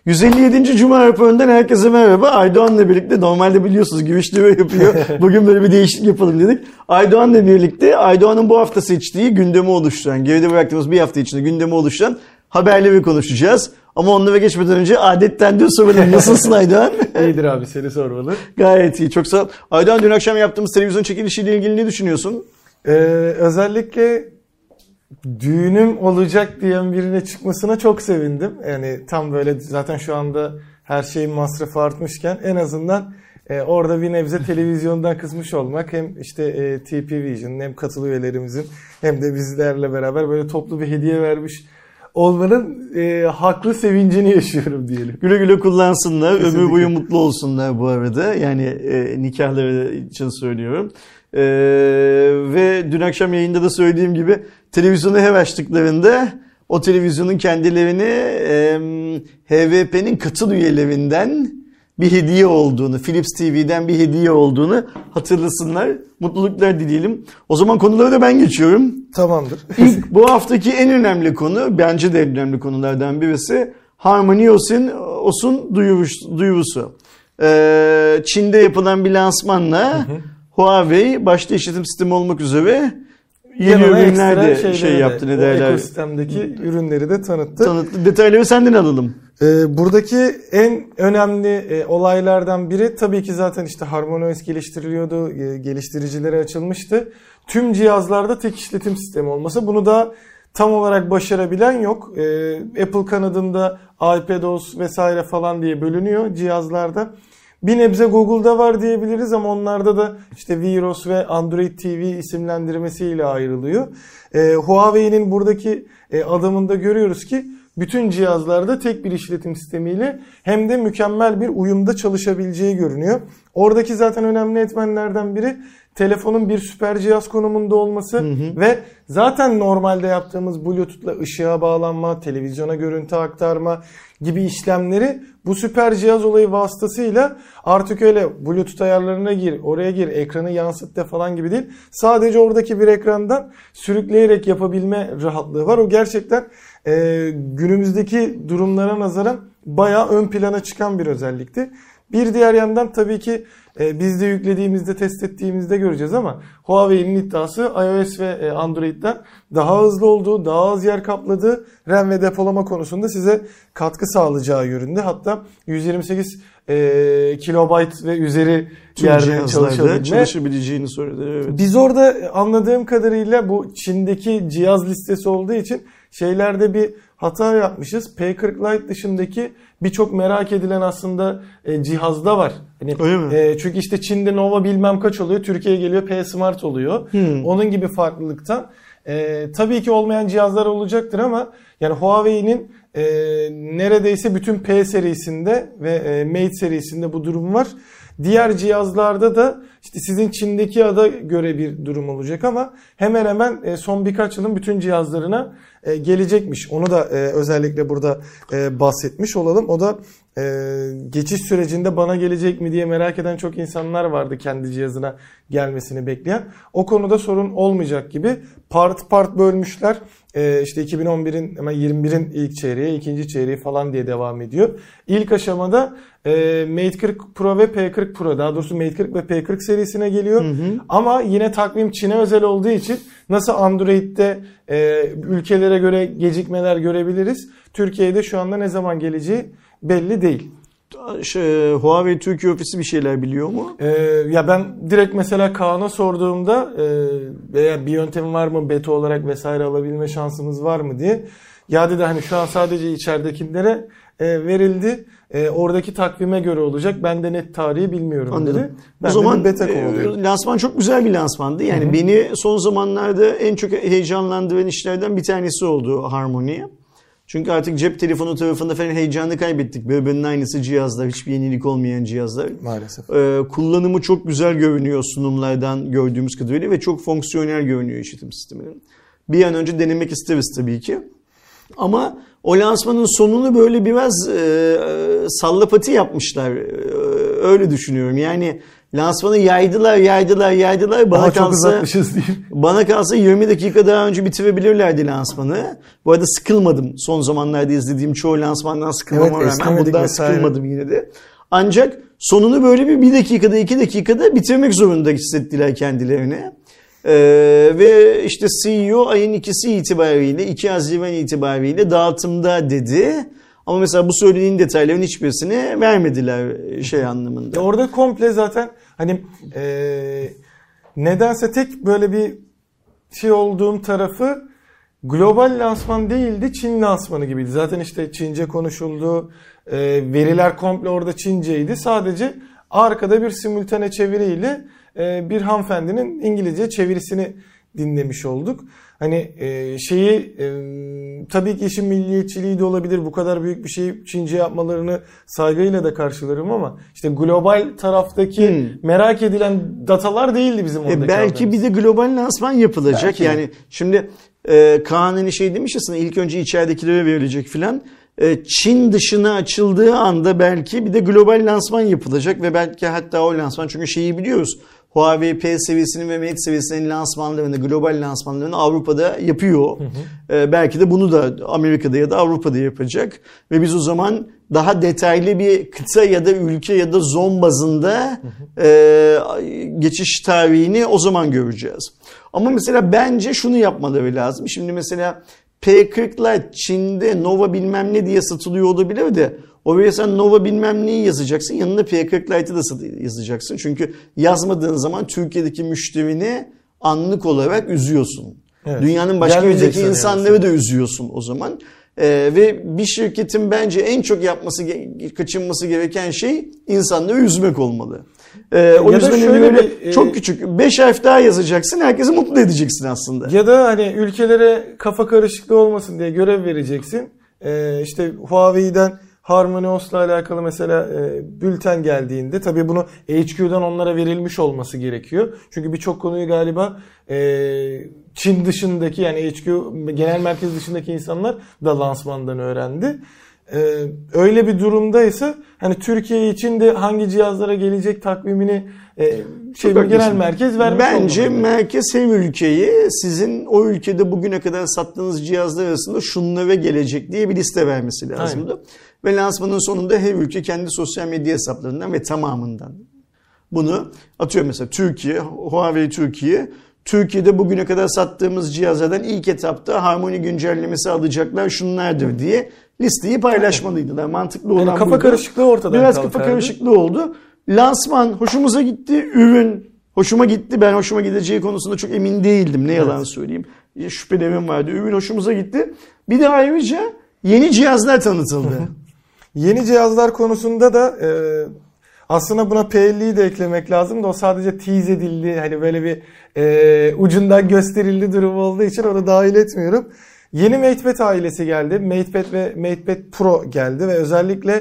157. Cuma raporundan herkese merhaba. Aydoğan'la birlikte, normalde biliyorsunuz Gümüşlüve yapıyor. Bugün böyle bir değişiklik yapalım dedik. Aydoğan'la birlikte Aydoğan'ın bu hafta seçtiği gündemi oluşturan, geride bıraktığımız bir hafta içinde gündemi oluşturan haberleri konuşacağız. Ama onlara geçmeden önce adetten de soralım. Nasılsın Aydoğan? İyidir abi, seni sormalı. Gayet iyi, çok sağ ol. Aydoğan, dün akşam yaptığımız televizyon çekilişiyle ilgili ne düşünüyorsun? Özellikle düğünüm olacak diyen birine çıkmasına çok sevindim. Yani tam böyle zaten şu anda her şeyin masrafı artmışken en azından orada bir nebze televizyondan kısmış olmak, hem işte TP Vision'ın hem katıl üyelerimizin hem de bizlerle beraber böyle toplu bir hediye vermiş olmanın haklı sevincini yaşıyorum diyelim. Güle güle kullansınlar. Kesinlikle. Ömür boyu mutlu olsunlar bu arada. Yani nikahları için söylüyorum. Ve dün akşam yayında da söylediğim gibi televizyonu her açtıklarında o televizyonun kendilerini HVP'nin katıl üyelerinden bir hediye olduğunu, Philips TV'den bir hediye olduğunu hatırlasınlar. Mutluluklar dileyelim. O zaman konulara da ben geçiyorum. Tamamdır. İlk bu haftaki en önemli konu, bence de en önemli konulardan birisi, HarmonyOS'un duyurusu. Çin'de yapılan bir lansmanla Huawei başta işletim sistemi olmak üzere yeni ürünler de yaptı. Ne derler? Ekosistemdeki ürünleri de tanıttı. Detayları senden alalım. Buradaki en önemli olaylardan biri tabii ki zaten işte HarmonyOS geliştiriliyordu, geliştiricilere açılmıştı. Tüm cihazlarda tek işletim sistemi olması, bunu da tam olarak başarabilen yok. Apple kanadında iPadOS vesaire falan diye bölünüyor cihazlarda. Bir nebze Google'da var diyebiliriz ama onlarda da işte VirOS ve Android TV isimlendirmesiyle ayrılıyor. Huawei'nin buradaki adımında görüyoruz ki bütün cihazlarda tek bir işletim sistemiyle hem de mükemmel bir uyumda çalışabileceği görünüyor. Oradaki zaten önemli etmenlerden biri telefonun bir süper cihaz konumunda olması ve zaten normalde yaptığımız Bluetooth'la ışığa bağlanma, televizyona görüntü aktarma gibi işlemleri bu süper cihaz olayı vasıtasıyla artık öyle Bluetooth ayarlarına gir, oraya gir, ekranı yansıt de falan gibi değil. Sadece oradaki bir ekrandan sürükleyerek yapabilme rahatlığı var. O gerçekten günümüzdeki durumlara nazaran bayağı ön plana çıkan bir özellikti. Bir diğer yandan tabii ki biz de yüklediğimizde, test ettiğimizde göreceğiz ama Huawei'nin iddiası iOS ve Android'den daha hızlı olduğu, daha az yer kapladığı, RAM ve depolama konusunda size katkı sağlayacağı yönünde. Hatta 128 kilobayt ve üzeri yerden çalışabileceğini söyledi. Evet. Biz orada anladığım kadarıyla bu Çin'deki cihaz listesi olduğu için şeylerde bir hata yapmışız. P40 Lite dışındaki birçok merak edilen aslında cihazda var. Hani, öyle mi? Çünkü işte Çin'de Nova bilmem kaç oluyor, Türkiye'ye geliyor P Smart oluyor. Onun gibi farklılıktan. Tabii ki olmayan cihazlar olacaktır ama yani Huawei'nin neredeyse bütün P serisinde ve Mate serisinde bu durum var. Diğer cihazlarda da işte sizin Çin'deki ada göre bir durum olacak ama hemen hemen son birkaç yılın bütün cihazlarına gelecekmiş. Onu da özellikle burada bahsetmiş olalım. O da geçiş sürecinde bana gelecek mi diye merak eden çok insanlar vardı, kendi cihazına gelmesini bekleyen. O konuda sorun olmayacak gibi part bölmüşler. İşte 2011'in hemen 21'in ilk çeyreği, ikinci çeyreği falan diye devam ediyor. İlk aşamada Mate 40 Pro ve P40 Pro, daha doğrusu Mate 40 ve P40 serisine geliyor. Ama yine takvim Çin'e özel olduğu için nasıl Android'de ülkelere göre gecikmeler görebiliriz, Türkiye'de şu anda ne zaman geleceği belli değil. Huawei Türkiye ofisi bir şeyler biliyor mu? Ya ben direkt mesela Kaan'a sorduğumda eğer bir yöntem var mı, beta olarak vesaire alabilme şansımız var mı diye. Ya dedi hani şu an sadece içeridekilere verildi. Oradaki takvime göre olacak. Ben de net tarihi bilmiyorum. Anladım. Dedi. Ben o zaman beta kovalıyorum. Lansman çok güzel bir lansmandı. Yani beni son zamanlarda en çok heyecanlandıran işlerden bir tanesi oldu Harmony. Çünkü artık cep telefonu tarafında falan heyecanı kaybettik. Birbirinin aynısı cihazlar, hiçbir yenilik olmayan cihazlar. Maalesef. Kullanımı çok güzel görünüyor sunumlardan gördüğümüz kadarıyla ve çok fonksiyonel görünüyor işletim sisteminin. Bir an önce denemek isteriz tabii ki. Ama o lansmanın sonunu böyle biraz sallapati yapmışlar. Öyle düşünüyorum. Yani Lansmanı yaydılar. Çok uzatmışız diyeyim. Bana kalsa 20 dakika daha önce bitirebilirlerdi lansmanı. Bu arada sıkılmadım. Son zamanlarda izlediğim çoğu lansmandan sıkılmama rağmen bundan sıkılmadım yine de. Ancak sonunu böyle bir dakikada 2 dakikada bitirmek zorunda hissettiler kendilerini. Ve işte CEO ayın 2'si itibariyle 2 Haziran itibariyle dağıtımda dedi. Ama mesela bu söylediğin detayların hiçbirisini vermediler şey anlamında. Orada komple zaten hani nedense tek böyle bir şey olduğum tarafı global lansman değildi, Çin lansmanı gibiydi. Zaten işte Çince konuşuldu, veriler komple orada Çinceydi. Sadece arkada bir simultane çeviriyle bir hanımefendinin İngilizce çevirisini dinlemiş olduk. Hani tabii ki işin milliyetçiliği de olabilir. Bu kadar büyük bir şeyi Çince yapmalarını saygıyla da karşılarım ama işte global taraftaki merak edilen datalar değildi bizim oradaki. Belki bir de global lansman yapılacak. Belki. Yani şimdi Kaan'ın demiş ya sana ilk önce içeridekilere verilecek filan. Çin dışına açıldığı anda belki bir de global lansman yapılacak ve belki hatta o lansman çünkü şeyi biliyoruz. Huawei P seviyesinin ve Mate seviyesinin lansmanlarını, global lansmanlarını Avrupa'da yapıyor. Belki de bunu da Amerika'da ya da Avrupa'da yapacak. Ve biz o zaman daha detaylı bir kıta ya da ülke ya da zon bazında geçiş tarihini o zaman göreceğiz. Ama mesela bence şunu yapmaları lazım. Şimdi mesela P40'lar Çin'de Nova bilmem ne diye satılıyor olabilir de oraya sen Nova bilmem neyi yazacaksın. Yanında P40 Lite'ı da yazacaksın. Çünkü yazmadığın zaman Türkiye'deki müşterini anlık olarak üzüyorsun. Evet. Dünyanın başka yerindeki insanları da üzüyorsun o zaman. Ve bir şirketin bence en çok kaçınması gereken şey insanları üzmek olmalı. O yüzden böyle çok küçük 5 harf daha yazacaksın, herkesi mutlu edeceksin aslında. Ya da hani ülkelere kafa karışıklığı olmasın diye görev vereceksin. İşte Huawei'den HarmonyOS'la alakalı mesela bülten geldiğinde tabii bunu HQ'dan onlara verilmiş olması gerekiyor. Çünkü birçok konuyu galiba Çin dışındaki yani HQ genel merkez dışındaki insanlar da lansmandan öğrendi. Öyle bir ise hani Türkiye için de hangi cihazlara gelecek takvimini genel merkez vermiş olmalı. Bence merkez her ülkeyi sizin o ülkede bugüne kadar sattığınız cihazlar arasında şunlara gelecek diye bir liste vermesi lazımdı. Aynen. Ve lansmanın sonunda her ülke kendi sosyal medya hesaplarından ve tamamından bunu atıyor. Mesela Türkiye, Huawei Türkiye'de bugüne kadar sattığımız cihazlardan ilk etapta Harmony güncellemesi alacaklar şunlardır diye listeyi paylaşmalıydılar. Mantıklı olan yani kafa karışıklığı ortadan biraz kafa karışıklığı oldu. Lansman hoşumuza gitti, ürün hoşuma gitti. Ben hoşuma gideceği konusunda çok emin değildim. Ne yalan söyleyeyim. Şüphelerim vardı. Ürün hoşumuza gitti. Bir de ayrıca yeni cihazlar tanıtıldı. Yeni cihazlar konusunda da aslında buna P50'yi de eklemek lazım da o sadece tease edildi. Hani böyle bir ucundan gösterildi durum olduğu için onu dahil etmiyorum. Yeni MatePad ailesi geldi. MatePad ve MatePad Pro geldi ve özellikle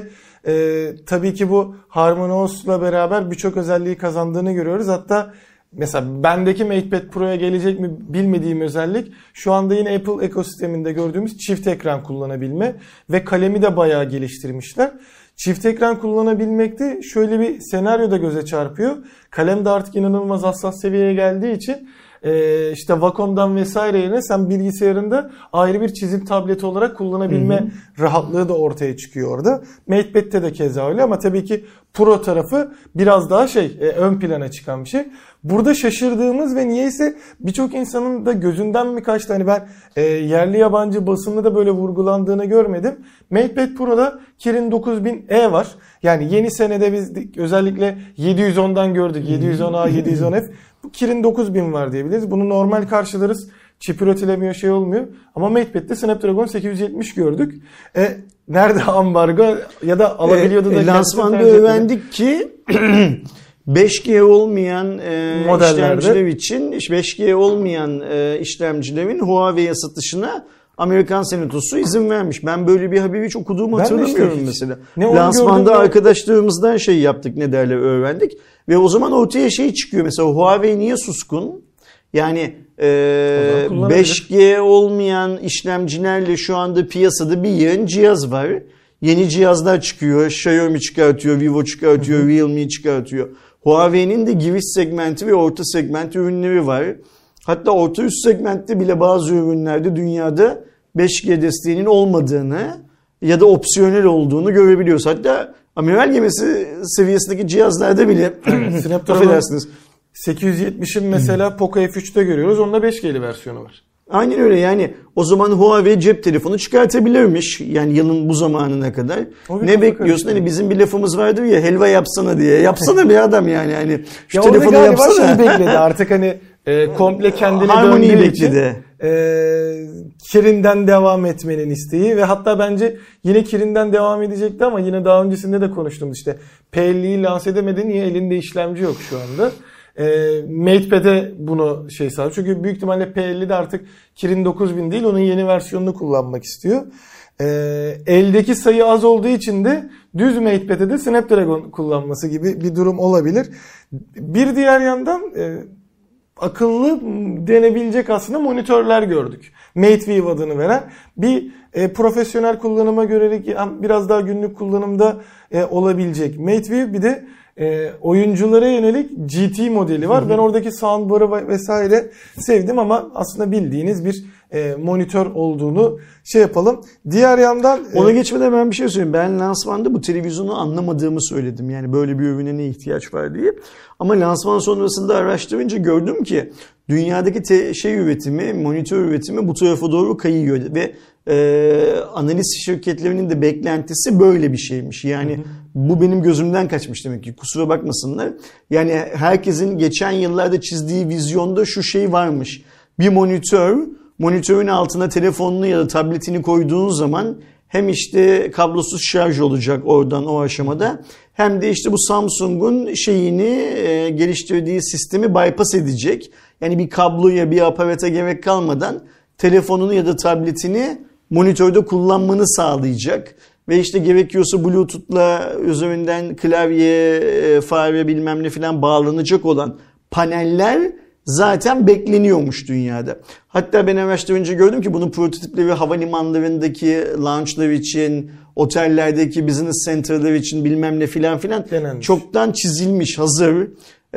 tabii ki bu HarmonyOS'la beraber birçok özelliği kazandığını görüyoruz. Hatta mesela bendeki MatePad Pro'ya gelecek mi bilmediğim özellik şu anda yine Apple ekosisteminde gördüğümüz çift ekran kullanabilme ve kalemi de bayağı geliştirmişler. Çift ekran kullanabilmekte şöyle bir senaryo da göze çarpıyor. Kalem de artık inanılmaz hassas seviyeye geldiği için işte Wacom'dan vesaire yerine sen bilgisayarında ayrı bir çizim tableti olarak kullanabilme rahatlığı da ortaya çıkıyor orada. MatePad'te de keza öyle ama tabii ki Pro tarafı biraz daha ön plana çıkan bir şey. Burada şaşırdığımız ve niyeyse birçok insanın da gözünden birkaç tane ben yerli yabancı basında da böyle vurgulandığını görmedim. MatePad Pro'da Kirin 9000E var. Yani yeni senede biz özellikle 710'dan gördük. 710A, 710F. Bu Kirin 9000 var diyebiliriz. Bunu normal karşılarız. Çip üretilemiyor olmuyor. Ama MatePad'de Snapdragon 870 gördük. Nerede ambargo ya da alabiliyordu da lansmanda öğrendik ki 5G olmayan işlemciler için 5G olmayan işlemcilerin Huawei'ye satışına Amerikan Senatosu izin vermiş. Ben böyle bir haberi hiç okuduğumu hatırlamıyorum mesela. Lansmanda arkadaşlarımızdan yaptık öğrendik. Ve o zaman ortaya çıkıyor mesela Huawei niye suskun? Yani 5G olmayan işlemcilerle şu anda piyasada bir yığın cihaz var. Yeni cihazlar çıkıyor. Xiaomi çıkartıyor, Vivo çıkartıyor, Realme çıkartıyor. Huawei'nin de giriş segmenti ve orta segment ürünleri var. Hatta orta üst segmentte bile bazı ürünlerde dünyada 5G desteğinin olmadığını ya da opsiyonel olduğunu görebiliyoruz. Hatta amiral gemisi seviyesindeki cihazlarda bile affedersiniz. 870'in mesela Poco F3'te görüyoruz. Onda 5G'li versiyonu var. Aynen öyle, yani o zaman Huawei cep telefonu çıkartabilirmiş yani yılın bu zamanına kadar. Ne bekliyorsun? Hani bizim bir lafımız vardır ya, helva yapsana diye. Yapsana bir adam yani. Hani şu ya telefonu yapsana. Şeyi bekledi artık hani komple kendine harmoniyi döndüğü bekledi. Kirin'den devam etmenin isteği ve hatta bence yine Kirin'den devam edecekti ama yine daha öncesinde de konuştum işte. P50'yi lanse edemedi, niye? Elinde işlemci yok şu anda. MatePad'e bunu sağlıyor. Çünkü büyük ihtimalle P50'de artık Kirin 9000 değil, onun yeni versiyonunu kullanmak istiyor. Eldeki sayı az olduğu için de düz MatePad'e de Snapdragon kullanması gibi bir durum olabilir. Bir diğer yandan akıllı denebilecek aslında monitörler gördük. MateView adını veren bir profesyonel kullanıma göre biraz daha günlük kullanımda olabilecek MateView, bir de oyunculara yönelik GT modeli var. Ben oradaki soundbar'ı vesaire sevdim ama aslında bildiğiniz bir monitör olduğunu yapalım. Diğer yandan ona geçmeden ben bir şey söyleyeyim. Ben lansmanda bu televizyonu anlamadığımı söyledim. Yani böyle bir ürüne ne ihtiyaç var diye. Ama lansman sonrasında araştırınca gördüm ki dünyadaki üretimi, monitör üretimi bu tarafa doğru kayıyor ve analiz şirketlerinin de beklentisi böyle bir şeymiş. Yani bu benim gözümden kaçmış demek ki. Kusura bakmasınlar. Yani herkesin geçen yıllarda çizdiği vizyonda şu şey varmış. Bir monitörün altına telefonunu ya da tabletini koyduğun zaman hem işte kablosuz şarj olacak oradan o aşamada, hem de işte bu Samsung'un geliştirdiği sistemi bypass edecek. Yani bir kabloya, bir aparata gerek kalmadan telefonunu ya da tabletini monitörde kullanmanı sağlayacak. Ve işte gerekiyorsa Bluetooth'la üzerinden klavye, fare bilmem ne falan bağlanacak olan paneller zaten bekleniyormuş dünyada. Hatta ben araştırınca gördüm ki bunun prototipleri havalimanlarındaki lounge'lar için, otellerdeki business center'lar için bilmem ne filan denenmiş. Çoktan çizilmiş, hazır.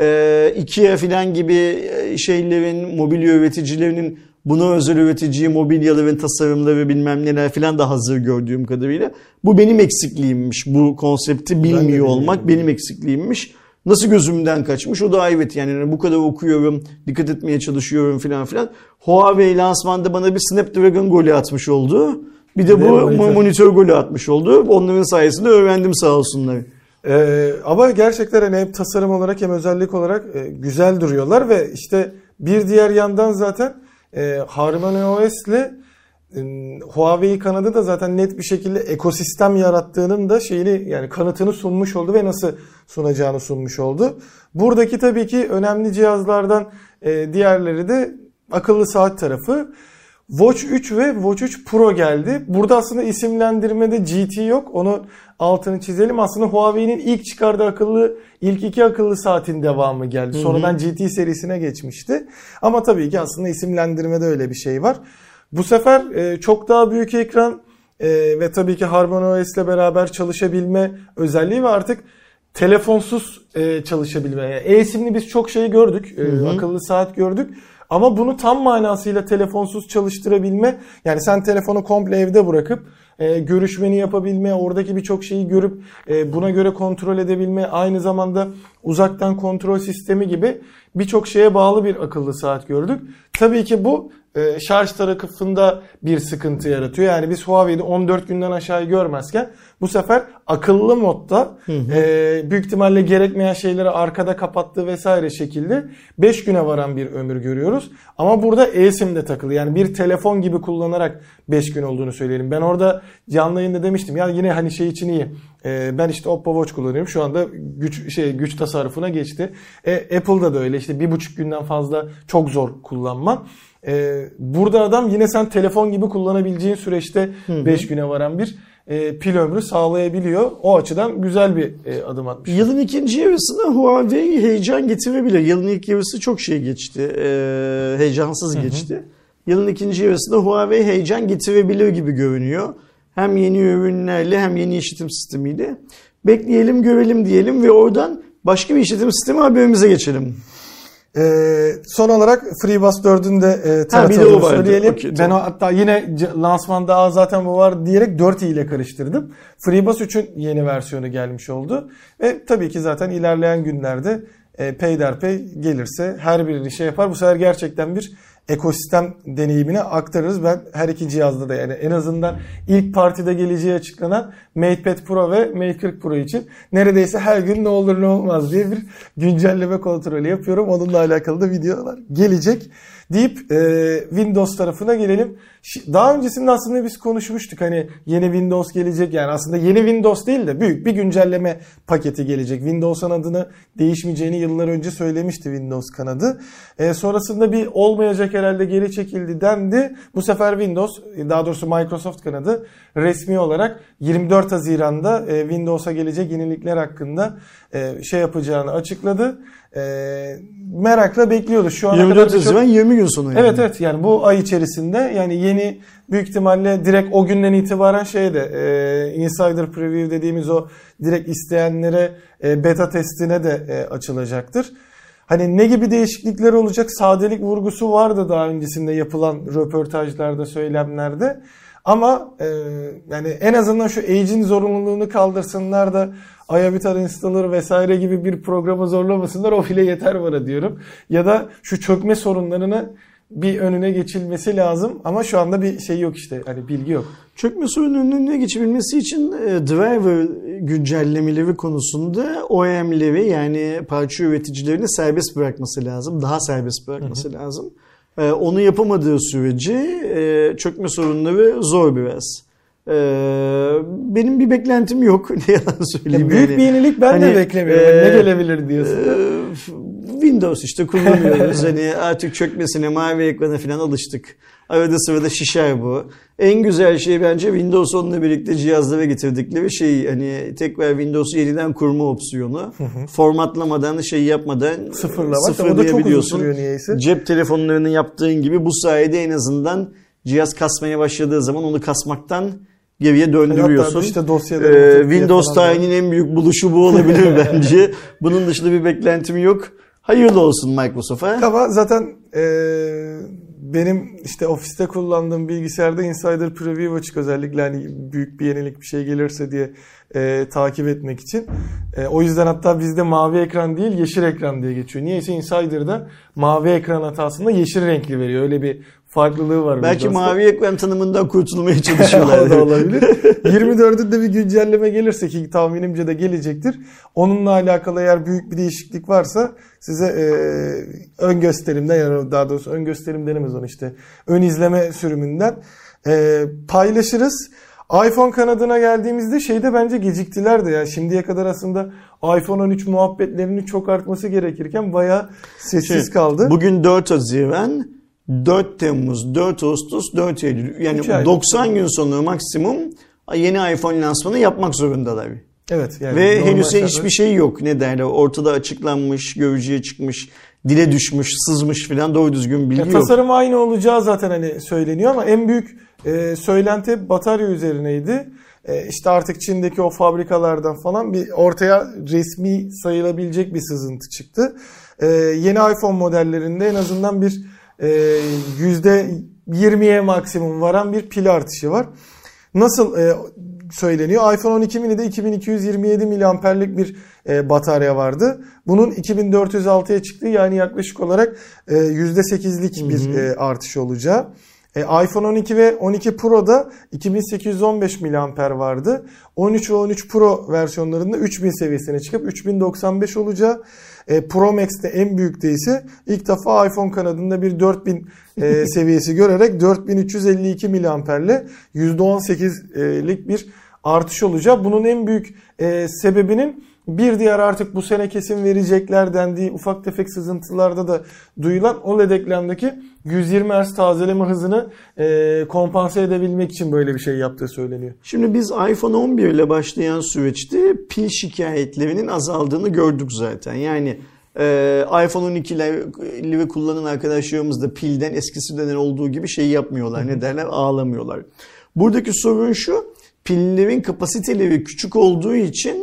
IKEA filan gibi mobilya üreticilerinin buna özel üreticiyi mobilyaların tasarımları bilmem neler filan da hazır gördüğüm kadarıyla. Bu benim eksikliğimmiş. Bu konsepti bilmiyor olmak benim eksikliğimmiş. Nasıl gözümden kaçmış? O da evet, yani bu kadar okuyorum, dikkat etmeye çalışıyorum filan. Huawei lansmanda bana bir Snapdragon golü atmış oldu. Bir de bu monitör golü atmış oldu. Onların sayesinde öğrendim, sağ olsunlar. Ama gerçekten hani hem tasarım olarak hem özellik olarak güzel duruyorlar ve işte bir diğer yandan zaten HarmonyOS ile Huawei kanadı da zaten net bir şekilde ekosistem yarattığının da yani kanıtını sunmuş oldu ve nasıl sunacağını sunmuş oldu. Buradaki tabii ki önemli cihazlardan diğerleri de akıllı saat tarafı. Watch 3 ve Watch 3 Pro geldi. Burada aslında isimlendirmede GT yok. Onu altını çizelim. Aslında Huawei'nin ilk çıkardığı ilk iki akıllı saatin devamı geldi. Sonradan GT serisine geçmişti. Ama tabii ki aslında isimlendirmede öyle bir şey var. Bu sefer çok daha büyük ekran ve tabii ki HarmonyOS ile beraber çalışabilme özelliği ve artık telefonsuz çalışabilme. Yani e-simli biz çok şey gördük. Akıllı saat gördük. Ama bunu tam manasıyla telefonsuz çalıştırabilme, yani sen telefonu komple evde bırakıp görüşmeni yapabilme, oradaki birçok şeyi görüp buna göre kontrol edebilme, aynı zamanda uzaktan kontrol sistemi gibi birçok şeye bağlı bir akıllı saat gördük. Tabii ki bu şarj tarafında bir sıkıntı yaratıyor. Yani biz Huawei'de 14 günden aşağı görmezken bu sefer akıllı modda büyük ihtimalle gerekmeyen şeyleri arkada kapattığı vesaire şekilde 5 güne varan bir ömür görüyoruz. Ama burada eSIM'de takılı. Yani bir telefon gibi kullanarak 5 gün olduğunu söyleyelim. Ben orada canlı yayında demiştim. Ya yine hani için iyi. Ben işte Oppo Watch kullanıyorum. Şu anda güç tasarrufuna geçti. Apple'da da öyle. İşte 1,5 günden fazla çok zor kullanman. Burada adam yine sen telefon gibi kullanabileceğin süreçte 5 güne varan bir pil ömrü sağlayabiliyor. O açıdan güzel bir adım atmış. Yılın ikinci yarısına Huawei heyecan getirebilir. Yılın ilk yarısı çok geçti. Heyecansız geçti. Yılın ikinci yarısında Huawei heyecan getirebilir gibi görünüyor. Hem yeni ürünlerle hem yeni işletim sistemiyle. Bekleyelim, görelim diyelim ve oradan Başka bir işletim sistemi haberimize geçelim. Son olarak FreeBUS 4'ün de tanıtıldığını söyleyelim. Okay, ben hatta yine lansmanda zaten bu var diyerek 4i ile karıştırdım. FreeBUS 3'ün yeni versiyonu gelmiş oldu. Ve tabii ki zaten ilerleyen günlerde peyderpey gelirse her birini şey yapar. Bu sefer gerçekten bir ekosistem deneyimini aktarırız. Ben her iki cihazda da, yani en azından ilk partide geleceği açıklanan MatePad Pro ve Mate 40 Pro için neredeyse her gün ne olur ne olmaz diye bir güncelleme kontrolü yapıyorum. Onunla alakalı da videolar gelecek deyip Windows tarafına gelelim. Daha öncesinde aslında biz konuşmuştuk, hani yeni Windows gelecek, yani aslında yeni Windows değil de büyük bir güncelleme paketi gelecek. Windows'un adını değişmeyeceğini yıllar önce söylemişti Windows kanadı. Sonrasında bir olmayacak herhalde, geri çekildi dendi. Bu sefer Windows, daha doğrusu Microsoft kanadı resmi olarak 24 Haziran'da Windows'a gelecek yenilikler hakkında şey yapacağını açıkladı. Merakla bekliyoruz. Şu ana 24 Haziran 20 gün sonra yani. Evet, yani bu ay içerisinde, yani yeni büyük ihtimalle direkt o günden itibaren Insider Preview dediğimiz o direkt isteyenlere beta testine de açılacaktır. Hani ne gibi değişiklikler olacak? Sadelik vurgusu vardı daha öncesinde yapılan röportajlarda, söylemlerde. Ama yani en azından şu Edge'in zorunluluğunu kaldırsınlar da iObitar Installer vesaire gibi bir programa zorlamasınlar, o bile yeter bana diyorum. Ya da şu çökme sorunlarını bir önüne geçilmesi lazım ama şu anda bir şey yok işte, hani bilgi yok. Çökme sorununun önüne geçebilmesi için driver güncellemeleri konusunda OEM'leri, yani parça üreticilerini serbest bırakması lazım. Daha serbest bırakması lazım. Onu yapamadığı sürece çökme sorunları zor biraz. Benim bir beklentim yok. Ne yalan söyleyeyim. Büyük bir yenilik ben de beklemiyorum. Ne gelebilir diyorsun. Windows işte kullanıyoruz. Hani artık çökmesine, mavi ekrana falan alıştık. Arada sırada şişer bu. En güzel şey bence Windows 10'la birlikte cihazlara getirdikleri şey, hani tekrar Windows'u yeniden kurma opsiyonu. Formatlamadan, şey yapmadan sıfırlayabiliyorsun. Cep telefonlarının yaptığın gibi bu sayede en azından cihaz kasmaya başladığı zaman onu kasmaktan geriye döndürüyorsun. İşte Windows tarihinin en büyük buluşu bu olabilir bence. Bunun dışında bir beklentim yok. Hayırlı olsun Microsoft'a. Ama zaten benim işte ofiste kullandığım bilgisayarda Insider Preview açık, özellikle hani büyük bir yenilik bir şey gelirse diye takip etmek için. O yüzden hatta bizde mavi ekran değil yeşil ekran diye geçiyor. Niyeyse Insider'da mavi ekran hatasında yeşil renkli veriyor. Öyle bir farklılığı var. Belki mavi ekran tanımından kurtulmaya çalışıyorlar. O da olabilir. 24'ünde bir güncelleme gelirse, ki tahminimce de gelecektir. Onunla alakalı eğer büyük bir değişiklik varsa size ön gösterimden, yani daha doğrusu ön gösterim denemez onu, işte ön izleme sürümünden paylaşırız. iPhone kanadına geldiğimizde şeyde bence geciktiler de ya. Şimdiye kadar aslında iPhone 13 muhabbetlerinin çok artması gerekirken bayağı sessiz kaldı. Bugün 4 Haziran, 4 Temmuz, 4 Ağustos, 4 Eylül. Yani 90 gün sonra maksimum yeni iPhone lansmanı yapmak zorundalar. Evet. Yani ve henüz hiçbir şey yok. Ne derler? Ortada açıklanmış, görücüye çıkmış, dile düşmüş, sızmış falan doğru düzgün bilgi yok. Tasarım aynı olacağı zaten hani söyleniyor ama en büyük söylenti batarya üzerineydi. İşte artık Çin'deki o fabrikalardan falan bir ortaya resmi sayılabilecek bir sızıntı çıktı. Yeni iPhone modellerinde en azından bir %20'ye maksimum varan bir pil artışı var. Nasıl söyleniyor? iPhone 12 mini'de 2227 miliamperlik bir batarya vardı. Bunun 2406'ya çıktığı, yani yaklaşık olarak %8'lik bir artış olacağı. iPhone 12 ve 12 Pro'da 2815 miliamper vardı. 13 ve 13 Pro versiyonlarında 3000 seviyesine çıkıp 3095 olacağı. Pro Max'te en büyükte ise ilk defa iPhone kanadında bir 4000 seviyesi görerek 4352 miliamperle %18'lik bir artış olacağı. Bunun en büyük sebebinin bir diğer, artık bu sene kesin verecekler dendiği ufak tefek sızıntılarda da duyulan OLED eklemdeki 120 Hz tazeleme hızını kompanse edebilmek için böyle bir şey yaptığı söyleniyor. Şimdi biz iPhone 11 ile başlayan süreçte pil şikayetlerinin azaldığını gördük zaten. Yani iPhone 12'leri kullanan arkadaşlarımız da pilden eskisinden olduğu gibi şey yapmıyorlar. Ne derler? Ağlamıyorlar. Buradaki sorun şu: pillerin kapasiteleri küçük olduğu için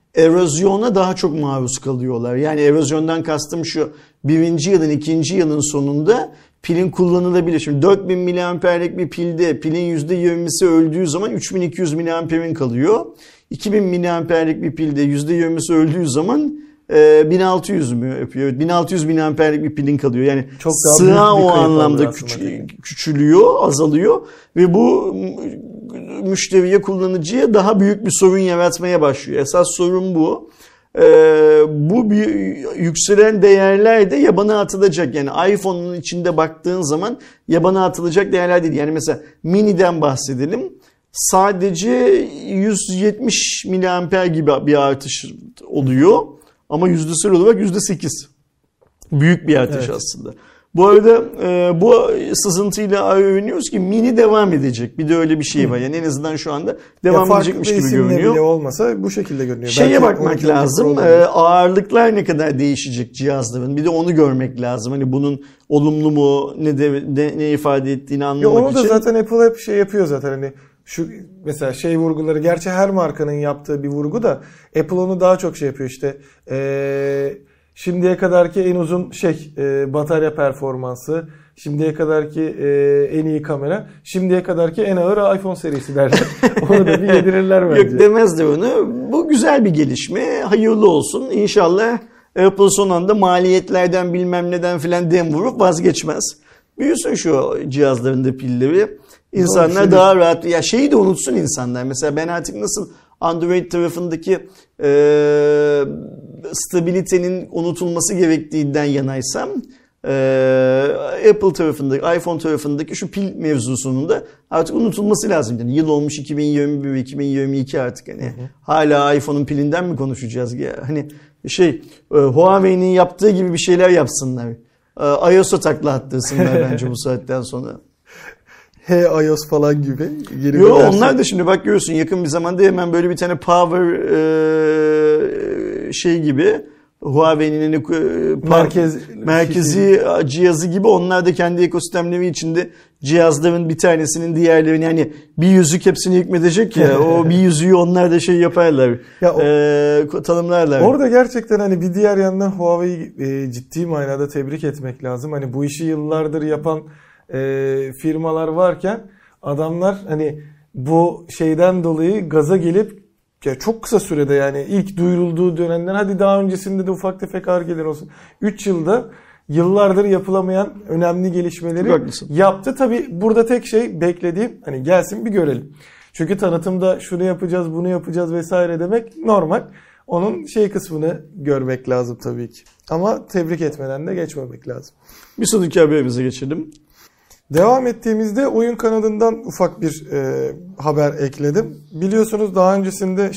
erozyona daha çok maruz kalıyorlar. Yani erozyondan kastım şu, birinci yılın, ikinci yılın sonunda pilin kullanılabilir. Şimdi 4000 miliamperlik bir pilde pilin %20'si öldüğü zaman 3200 miliamperin kalıyor. 2000 miliamperlik bir pilde %20'si öldüğü zaman 1600 mü yapıyor? 1600 miliamperlik bir pilin kalıyor. Yani çok daha sıra o anlamda küçülüyor, azalıyor ve bu müşteriye, kullanıcıya daha büyük bir sorun yaratmaya başlıyor. Esas sorun bu. Bu bir yükselen değerler de yabana atılacak. Yani iPhone'un içinde baktığın zaman yabana atılacak değerler değil. Yani mesela mini'den bahsedelim. Sadece 170 miliamper gibi bir artış oluyor. Ama yüzdesel olarak %8. Büyük bir artış aslında. Bu arada bu sızıntıyla övünüyoruz ki mini devam edecek. Bir de öyle bir şey var. Yani en azından şu anda devam edecekmiş gibi görünüyor. Bile olmasa bu şekilde görünüyor. Şeye belki bakmak lazım. Ağırlıklar ne kadar değişecek cihazların. Bir de onu görmek lazım. Hani bunun olumlu mu, ne ifade ettiğini anlamak için. Onu da zaten Apple hep şey yapıyor zaten. Hani şu mesela şey vurguları, gerçi her markanın yaptığı bir vurgu da Apple onu daha çok şey yapıyor işte. Şimdiye kadarki en uzun batarya performansı, şimdiye kadarki en iyi kamera, şimdiye kadarki en ağır iPhone serisi derler. Onu da bir yedirirler bence. Yok, demezler onu. Bu güzel bir gelişme. Hayırlı olsun. İnşallah Apple son anda maliyetlerden bilmem neden filan dem vurup vazgeçmez. Büyüsün şu cihazlarında pilleri. İnsanlar daha rahat. Ya şeyi de unutsun insanlar. Mesela ben artık nasıl Android tarafındaki stabilitenin unutulması gerektiğinden yanaysam, Apple tarafındaki, iPhone tarafındaki şu pil mevzusunun da artık unutulması lazım. Yani yıl olmuş 2021, 2022 artık hani hala iPhone'un pilinden mi konuşacağız ya? Hani Huawei'nin yaptığı gibi bir şeyler yapsınlar. iOS'a takla attırsınlar bence bu saatten sonra. iOS falan gibi. Yok, onlar da şimdi bak görüyorsun yakın bir zamanda hemen böyle bir tane power gibi Huawei'nin merkezi cihazı gibi onlar da kendi ekosistemleri içinde cihazların bir tanesinin diğerlerini, yani bir yüzük hepsini hükmedecek ya o bir yüzüğü onlar da yaparlar. Tanımlarlar. Orada gerçekten hani bir diğer yandan Huawei'yi ciddi manada tebrik etmek lazım. Hani bu işi yıllardır yapan firmalar varken adamlar hani bu şeyden dolayı gaza gelip çok kısa sürede, yani ilk duyurulduğu dönemden, hadi daha öncesinde de ufak tefek argeler olsun, 3 yılda yıllardır yapılamayan önemli gelişmeleri yaptı. Tabi burada tek şey beklediğim, hani gelsin bir görelim. Çünkü tanıtımda şunu yapacağız, bunu yapacağız vesaire demek normal. Onun kısmını görmek lazım tabii ki. Ama tebrik etmeden de geçmemek lazım. Bir sonraki haberimize geçelim. Devam ettiğimizde oyun kanalından ufak bir haber ekledim. Biliyorsunuz daha öncesinde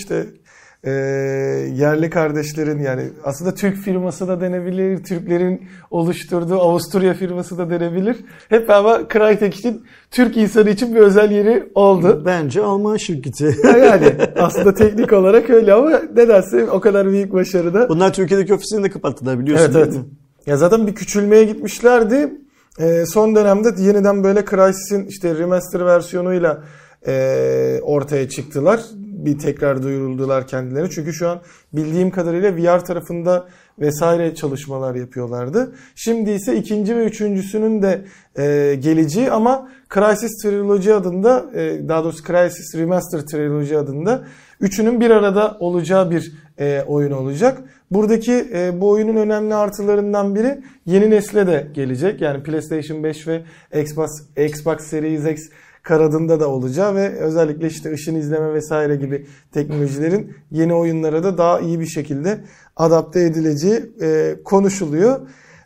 yerli kardeşlerin, yani aslında Türk firması da denebilir, Türklerin oluşturduğu Avusturya firması da denebilir. Hep beraber Crytek'in Türk insanı için bir özel yeri oldu. Bence Alman şirketi. Yani aslında teknik olarak öyle ama nedense o kadar büyük başarıda. Bunlar Türkiye'deki ofisini de kapattılar biliyorsun. Evet. Ya zaten bir küçülmeye gitmişlerdi. Son dönemde yeniden böyle Crysis'in remaster versiyonuyla ortaya çıktılar. Bir tekrar duyuruldular kendilerine. Çünkü şu an bildiğim kadarıyla VR tarafında vesaire çalışmalar yapıyorlardı. Şimdi ise ikinci ve üçüncüsünün de geleceği, ama Crysis Trilogy adında, daha doğrusu Crysis Remaster Trilogy adında üçünün bir arada olacağı bir oyun olacak. Buradaki bu oyunun önemli artılarından biri yeni nesle de gelecek. Yani PlayStation 5 ve Xbox Series X kanadında da olacağı ve özellikle ışın izleme vesaire gibi teknolojilerin yeni oyunlara da daha iyi bir şekilde adapte edileceği konuşuluyor.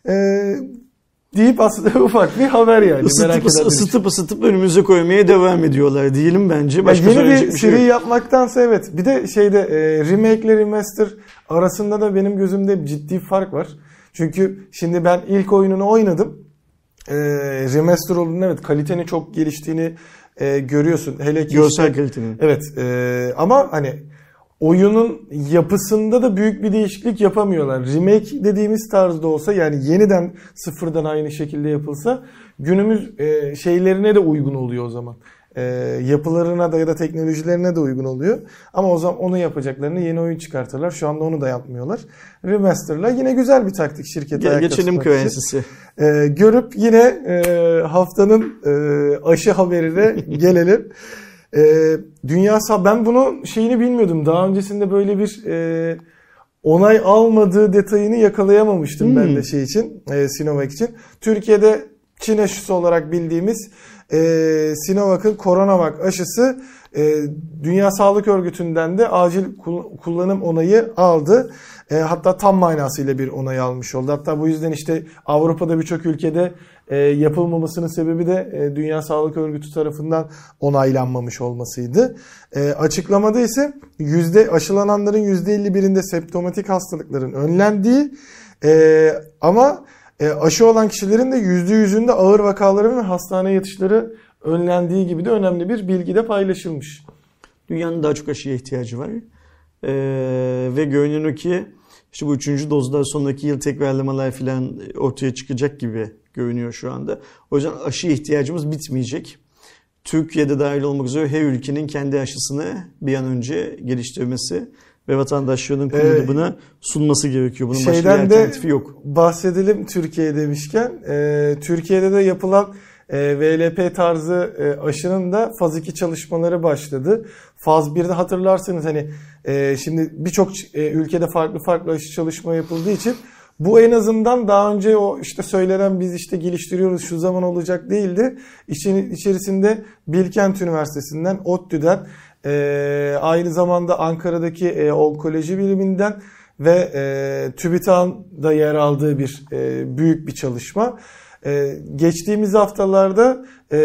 Deyip aslında ufak bir haber yani. Isıtıp önümüze koymaya devam ediyorlar diyelim bence. Başka yeni bir seri yapmaktansa evet. Bir de remake ile remaster arasında da benim gözümde ciddi fark var. Çünkü şimdi ben ilk oyununu oynadım. Remaster olduğunda evet kalitenin çok geliştiğini görüyorsun. Hele ki görsel kalitenin. Evet. Ama hani oyunun yapısında da büyük bir değişiklik yapamıyorlar. Remake dediğimiz tarzda olsa, yani yeniden sıfırdan aynı şekilde yapılsa günümüz şeylerine de uygun oluyor o zaman. yapılarına da ya da teknolojilerine de uygun oluyor. Ama o zaman onu yapacaklarını yeni oyun çıkartırlar. Şu anda onu da yapmıyorlar. Remaster'la yine güzel bir taktik şirkete ayakta Geçelim tutmak Cryensis'i. Görüp yine haftanın aşı haberine gelelim. Ben bunun şeyini bilmiyordum. Daha öncesinde böyle bir onay almadığı detayını yakalayamamıştım ben de şey için, Sinovac için. Türkiye'de Çin aşısı olarak bildiğimiz Sinovac'ın Coronavac aşısı Dünya Sağlık Örgütü'nden de acil kullanım onayı aldı. Hatta tam manasıyla bir onay almış oldu. Hatta bu yüzden işte Avrupa'da birçok ülkede yapılmamasının sebebi de Dünya Sağlık Örgütü tarafından onaylanmamış olmasıydı. Açıklamada ise aşılananların %51'inde semptomatik hastalıkların önlendiği ama aşı olan kişilerin de %100'ünde ağır vakaların ve hastaneye yatışları önlendiği gibi de önemli bir bilgi de paylaşılmış. Dünyanın daha çok aşıya ihtiyacı var. Ve görünen o ki işte bu 3. dozdan sonraki yıl tekrarlamalar falan ortaya çıkacak gibi görünüyor şu anda. O yüzden aşı ihtiyacımız bitmeyecek. Türkiye'de dahil olmak üzere her ülkenin kendi aşısını bir an önce geliştirmesi ve vatandaşlarının kullanımına sunması gerekiyor. Bunun başka bir alternatifi yok. Bahsedelim Türkiye demişken. Türkiye'de de yapılan VLP tarzı aşının da faz 2 çalışmaları başladı. Faz 1'de hatırlarsınız hani şimdi birçok ülkede farklı aşı çalışma yapıldığı için bu en azından daha önce o işte söylenen biz işte geliştiriyoruz şu zaman olacak değildi. İçerisinde Bilkent Üniversitesi'nden, ODTÜ'den, aynı zamanda Ankara'daki onkoloji biriminden ve TÜBİTAK'ın da yer aldığı bir büyük bir çalışma. Geçtiğimiz haftalarda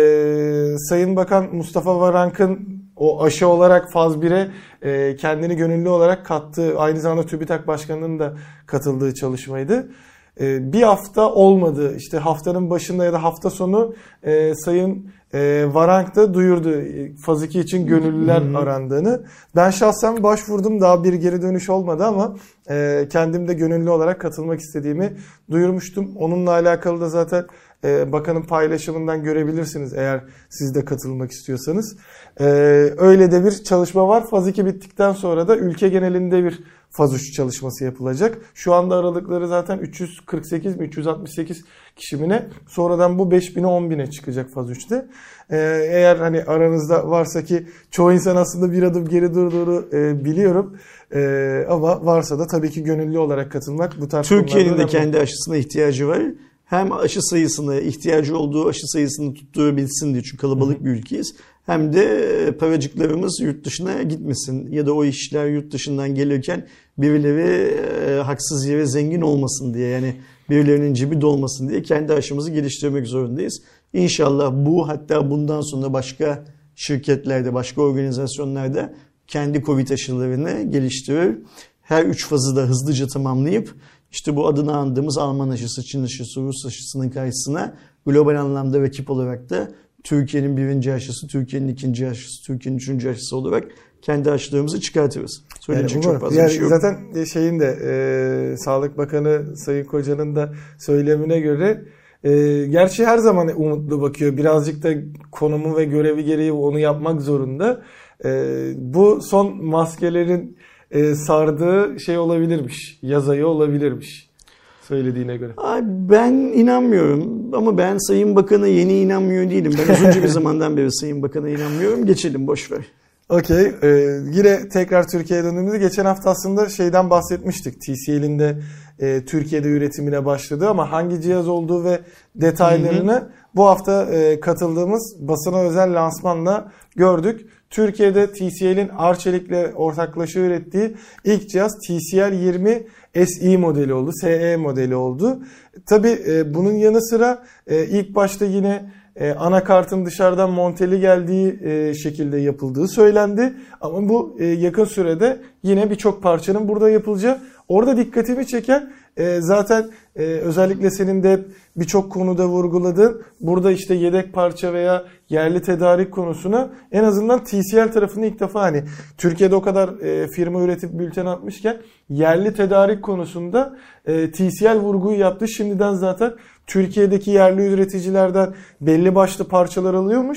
Sayın Bakan Mustafa Varank'ın o aşı olarak faz 1'e kendini gönüllü olarak kattığı, aynı zamanda TÜBİTAK Başkanı'nın da katıldığı çalışmaydı. Bir hafta olmadı. İşte haftanın başında ya da hafta sonu Sayın Varank da duyurdu faz 2 için gönüllüler arandığını. Ben şahsen başvurdum. Daha bir geri dönüş olmadı ama kendim de gönüllü olarak katılmak istediğimi duyurmuştum. Onunla alakalı da zaten bakanın paylaşımından görebilirsiniz eğer siz de katılmak istiyorsanız. Öyle de bir çalışma var. Faz 2 bittikten sonra da ülke genelinde bir faz 3 çalışması yapılacak. Şu anda aralıkları zaten 348 mi 368 kişi mi ne? Sonradan bu 5000'e 10.000'e çıkacak faz 3'te. Eğer hani aranızda varsa ki çoğu insan aslında bir adım geri durduğunu biliyorum. Ama varsa da tabii ki gönüllü olarak katılmak bu tarz Türkiye'nin de kendi aşısına ihtiyacı var. Hem aşı sayısını, ihtiyacı olduğu aşı sayısını tutturabilsin diye çünkü kalabalık bir ülkeyiz. Hem de paracıklarımız yurt dışına gitmesin ya da o işler yurt dışından gelirken birileri haksız yere zengin olmasın diye, yani birilerinin cebi dolmasın diye kendi aşımızı geliştirmek zorundayız. İnşallah bu, hatta bundan sonra başka şirketlerde, başka organizasyonlarda kendi Covid aşılarını geliştirir. Her 3 fazı da hızlıca tamamlayıp işte bu adını andığımız Alman aşısı, Çin aşısı, Rus aşısının karşısına global anlamda rakip olarak da Türkiye'nin 1. aşısı, Türkiye'nin 2. aşısı, Türkiye'nin 3. aşısı olarak kendi aşılarımızı çıkartırız. Söyleyecek çok fazla bir şey yok. Zaten şeyin de Sağlık Bakanı Sayın Koca'nın da söylemine göre gerçi her zaman umutlu bakıyor. Birazcık da konumu ve görevi gereği onu yapmak zorunda. Bu son maskelerin sardığı şey olabilirmiş. Yaz ayı olabilirmiş. Söylediğine göre. Ben inanmıyorum ama ben Sayın Bakan'a yeni inanmıyor değilim. Ben uzunca bir zamandan beri Sayın Bakan'a inanmıyorum. Geçelim, boşver. Okey. Yine tekrar Türkiye'ye döndüğümüzde geçen hafta aslında şeyden bahsetmiştik. TCL'in de Türkiye'de üretimine başladı ama hangi cihaz olduğu ve detaylarını bu hafta katıldığımız basına özel lansmanla gördük. Türkiye'de TCL'in Arçelik'le ortaklaşa ürettiği ilk cihaz TCL 20 SE modeli oldu. SE modeli oldu. Tabii bunun yanı sıra ilk başta yine anakartın dışarıdan monteli geldiği şekilde yapıldığı söylendi. Ama bu yakın sürede yine birçok parçanın burada yapılacağı. Orada dikkatimi çeken zaten özellikle senin de birçok konuda vurguladığın burada işte yedek parça veya yerli tedarik konusuna en azından TCL tarafını ilk defa hani Türkiye'de o kadar firma üretip bülten atmışken yerli tedarik konusunda TCL vurguyu yaptı. Şimdiden zaten Türkiye'deki yerli üreticilerden belli başlı parçalar alıyormuş.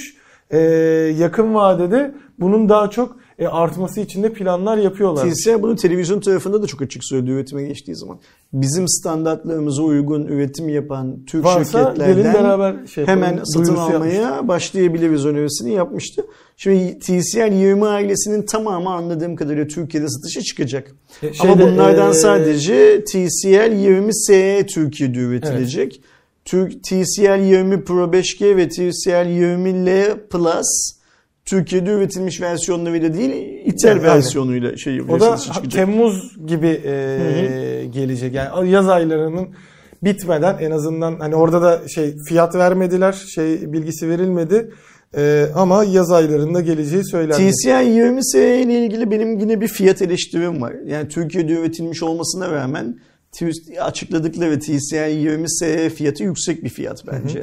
yakın vadede bunun daha çok artması için de planlar yapıyorlar. TCL bunu televizyon tarafında da çok açık söylüyor üretime geçtiği zaman. Bizim standartlarımıza uygun üretim yapan Türk şirketlerden hemen satın almaya başlayabiliriz önerisini yapmıştı. Şimdi TCL 20 ailesinin tamamı anladığım kadarıyla Türkiye'de satışa çıkacak. Ama bunlardan sadece TCL 20 SE Türkiye'de üretilecek. Evet. TCL 20 Pro 5G ve TCL 20L Plus Türkiye'de üretilmiş versiyonlarıyla değil, ithal versiyonuyla o da Temmuz gibi gelecek. Yani yaz aylarının bitmeden en azından hani orada da fiyat vermediler, bilgisi verilmedi. Ama yaz aylarında geleceği söylendi. TCL 20 SE ile ilgili benim yine bir fiyat eleştirim var. Yani Türkiye'de üretilmiş olmasına rağmen açıkladıkları TCL 20 SE fiyatı yüksek bir fiyat bence.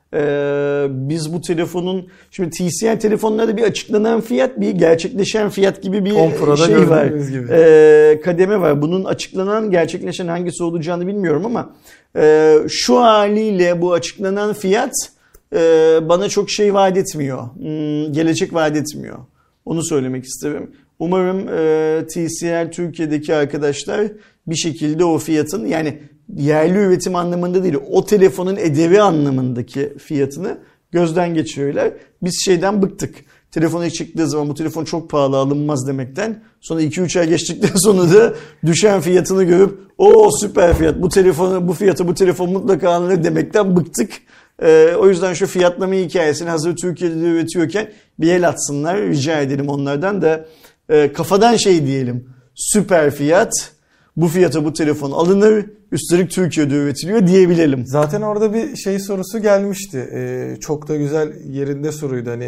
Biz bu telefonun, şimdi TCL telefonlarda bir açıklanan fiyat, bir gerçekleşen fiyat gibi bir şey var. Kademe var. Bunun açıklanan, gerçekleşen hangisi olacağını bilmiyorum ama şu haliyle bu açıklanan fiyat bana çok şey vaat etmiyor. Gelecek vaat etmiyor. Onu söylemek isterim. Umarım TCL Türkiye'deki arkadaşlar bir şekilde o fiyatın, yani yerli üretim anlamında değil, o telefonun edebi anlamındaki fiyatını gözden geçiriyorlar. Biz şeyden bıktık. Telefona çıktığı zaman bu telefon çok pahalı, alınmaz demekten. Sonra 2-3 ay geçtikten sonra da düşen fiyatını görüp o süper fiyat, bu fiyatı bu telefon mutlaka alınır demekten bıktık. O yüzden şu fiyatlama hikayesini hazır Türkiye'de üretiyorken bir el atsınlar. Rica edelim onlardan da kafadan diyelim. Süper fiyat, bu fiyata bu telefon alınır, üstelik Türkiye'de üretiliyor diyebilelim. Zaten orada bir sorusu gelmişti. Çok da güzel yerinde soruydu. Hani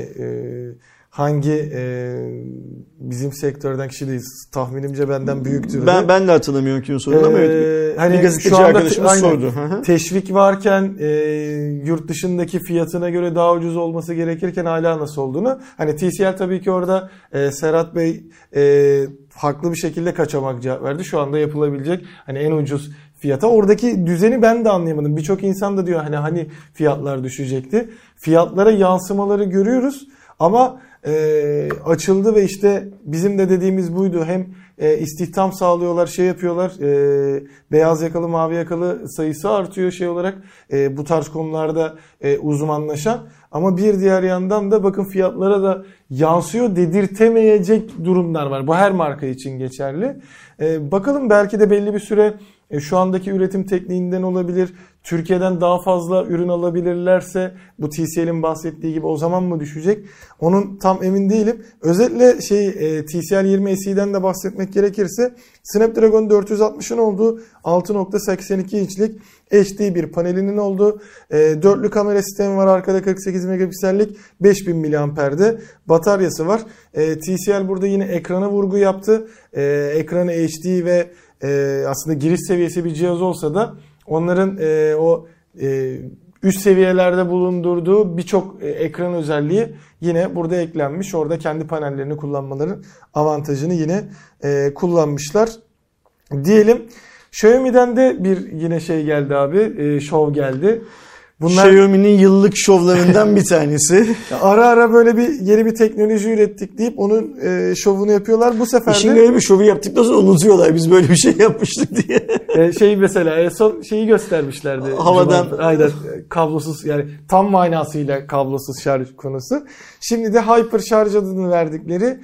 hangi bizim sektörden kişi değil, tahminimce benden büyüktür. Ben de hatırlamıyorum kimin sorduğunu ama hani bir gazeteci arkadaşımız sordu. Teşvik varken yurt dışındaki fiyatına göre daha ucuz olması gerekirken hala nasıl olduğunu. Hani TCL tabii ki orada Serhat Bey haklı bir şekilde kaçamak cevap verdi. Şu anda yapılabilecek hani en ucuz fiyata. Oradaki düzeni ben de anlayamadım. Birçok insan da diyor hani fiyatlar düşecekti. Fiyatlara yansımaları görüyoruz ama açıldı ve bizim de dediğimiz buydu. Hem istihdam sağlıyorlar, yapıyorlar. Beyaz yakalı, mavi yakalı sayısı artıyor olarak bu tarz konularda uzmanlaşan. Ama bir diğer yandan da bakın fiyatlara da yansıyor, dedirtemeyecek durumlar var. Bu her marka için geçerli. Bakalım belki de belli bir süre şu andaki üretim tekniğinden olabilir. Türkiye'den daha fazla ürün alabilirlerse bu TCL'in bahsettiği gibi o zaman mı düşecek? Onun tam emin değilim. Özellikle TCL 20 SE'den de bahsetmek gerekirse Snapdragon 460'ın olduğu 6.82 inçlik HD bir panelinin olduğu dörtlü kamera sistemi var. Arkada 48 megapiksellik 5000 mAh'de bataryası var. TCL burada yine ekrana vurgu yaptı. Ekranı HD ve aslında giriş seviyesi bir cihaz olsa da onların üst seviyelerde bulundurduğu birçok ekran özelliği yine burada eklenmiş. Orada kendi panellerini kullanmaların avantajını yine kullanmışlar diyelim. Xiaomi'den de bir yine geldi abi, şov geldi. Xiaomi'nin yıllık şovlarından bir tanesi. Ara ara böyle yeni bir teknoloji ürettik deyip onun şovunu yapıyorlar. Bu sefer de... İşin bir şovu yaptıktan sonra unutuyorlar. Biz böyle bir şey yapmıştık diye. Mesela son göstermişlerdi. Havadan. Aynen, kablosuz, yani tam manasıyla kablosuz şarj konusu. Şimdi de Hyper şarj adını verdikleri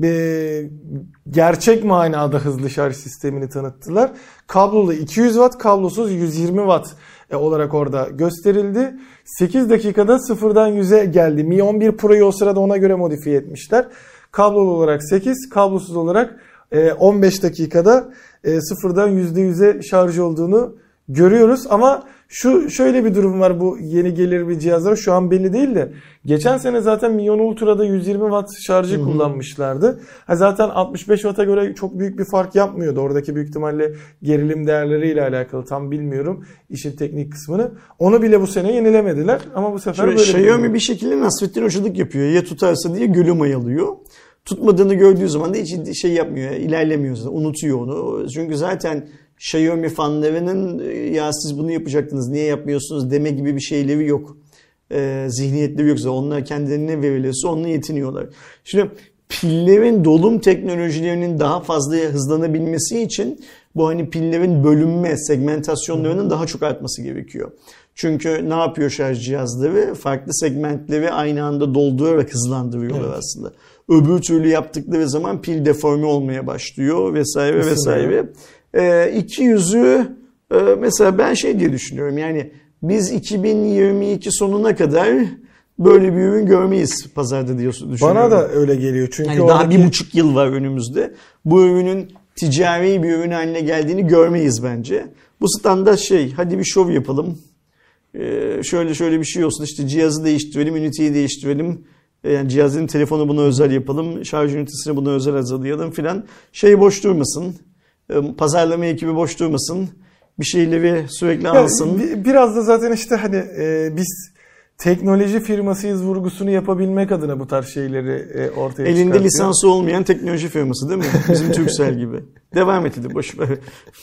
gerçek manada hızlı şarj sistemini tanıttılar. Kablolu 200 Watt, kablosuz 120 Watt olarak orada gösterildi. 8 dakikada sıfırdan 100'e geldi. Mi 11 Pro'yu o sırada ona göre modifiye etmişler. Kablolu olarak 8, kablosuz olarak 15 dakikada sıfırdan %100'e şarj olduğunu görüyoruz. Ama şöyle bir durum var bu yeni gelir bir cihazlar. Şu an belli değil de. Geçen sene zaten Mi 10 Ultra'da 120 Watt şarjı kullanmışlardı. Zaten 65 Watt'a göre çok büyük bir fark yapmıyordu. Oradaki büyük ihtimalle gerilim değerleriyle alakalı, tam bilmiyorum işin teknik kısmını. Onu bile bu sene yenilemediler. Ama bu sefer böyle Xiaomi bir şekilde Nasrettin Hoca'lık yapıyor. Ya tutarsa diye gölü mayalıyor. Tutmadığını gördüğü zaman da hiç yapmıyor, ilerlemiyor, unutuyor onu. Çünkü zaten Xiaomi fanlarının ya siz bunu yapacaktınız, niye yapmıyorsunuz deme gibi bir şeyleri yok. zihniyetleri yoksa, onlar kendilerine verilirse onunla yetiniyorlar. Şimdi pillerin dolum teknolojilerinin daha fazla hızlanabilmesi için bu hani pillerin bölünme, segmentasyonlarının daha çok artması gerekiyor. Çünkü ne yapıyor şarj cihazları? Farklı segmentleri aynı anda doldurarak hızlandırıyorlar aslında. Öbür türlü yaptıkları zaman pil deforme olmaya başlıyor vesaire vesaire. İki yüzü mesela ben şey diye düşünüyorum, yani biz 2022 sonuna kadar böyle bir ürün görmeyiz pazarda diye düşünüyorum. Bana da öyle geliyor. Çünkü yani daha 1,5 yıl var önümüzde. Bu ürünün ticari bir ürün haline geldiğini görmeyiz bence. Bu standart şey, hadi bir şov yapalım. Şöyle bir şey olsun, işte cihazı değiştirelim, üniteyi değiştirelim. Yani cihazın telefonu buna özel yapalım, şarj ünitesini buna özel hazırlayalım filan. Şey boş durmasın, pazarlama ekibi boş durmasın, bir şeyleri sürekli alsın. Biraz da zaten işte hani biz teknoloji firmasıyız vurgusunu yapabilmek adına bu tarz şeyleri ortaya çıkartıyor. Elinde lisansı olmayan teknoloji firması değil mi? Bizim Turkcell gibi. Devam edelim, boş ver.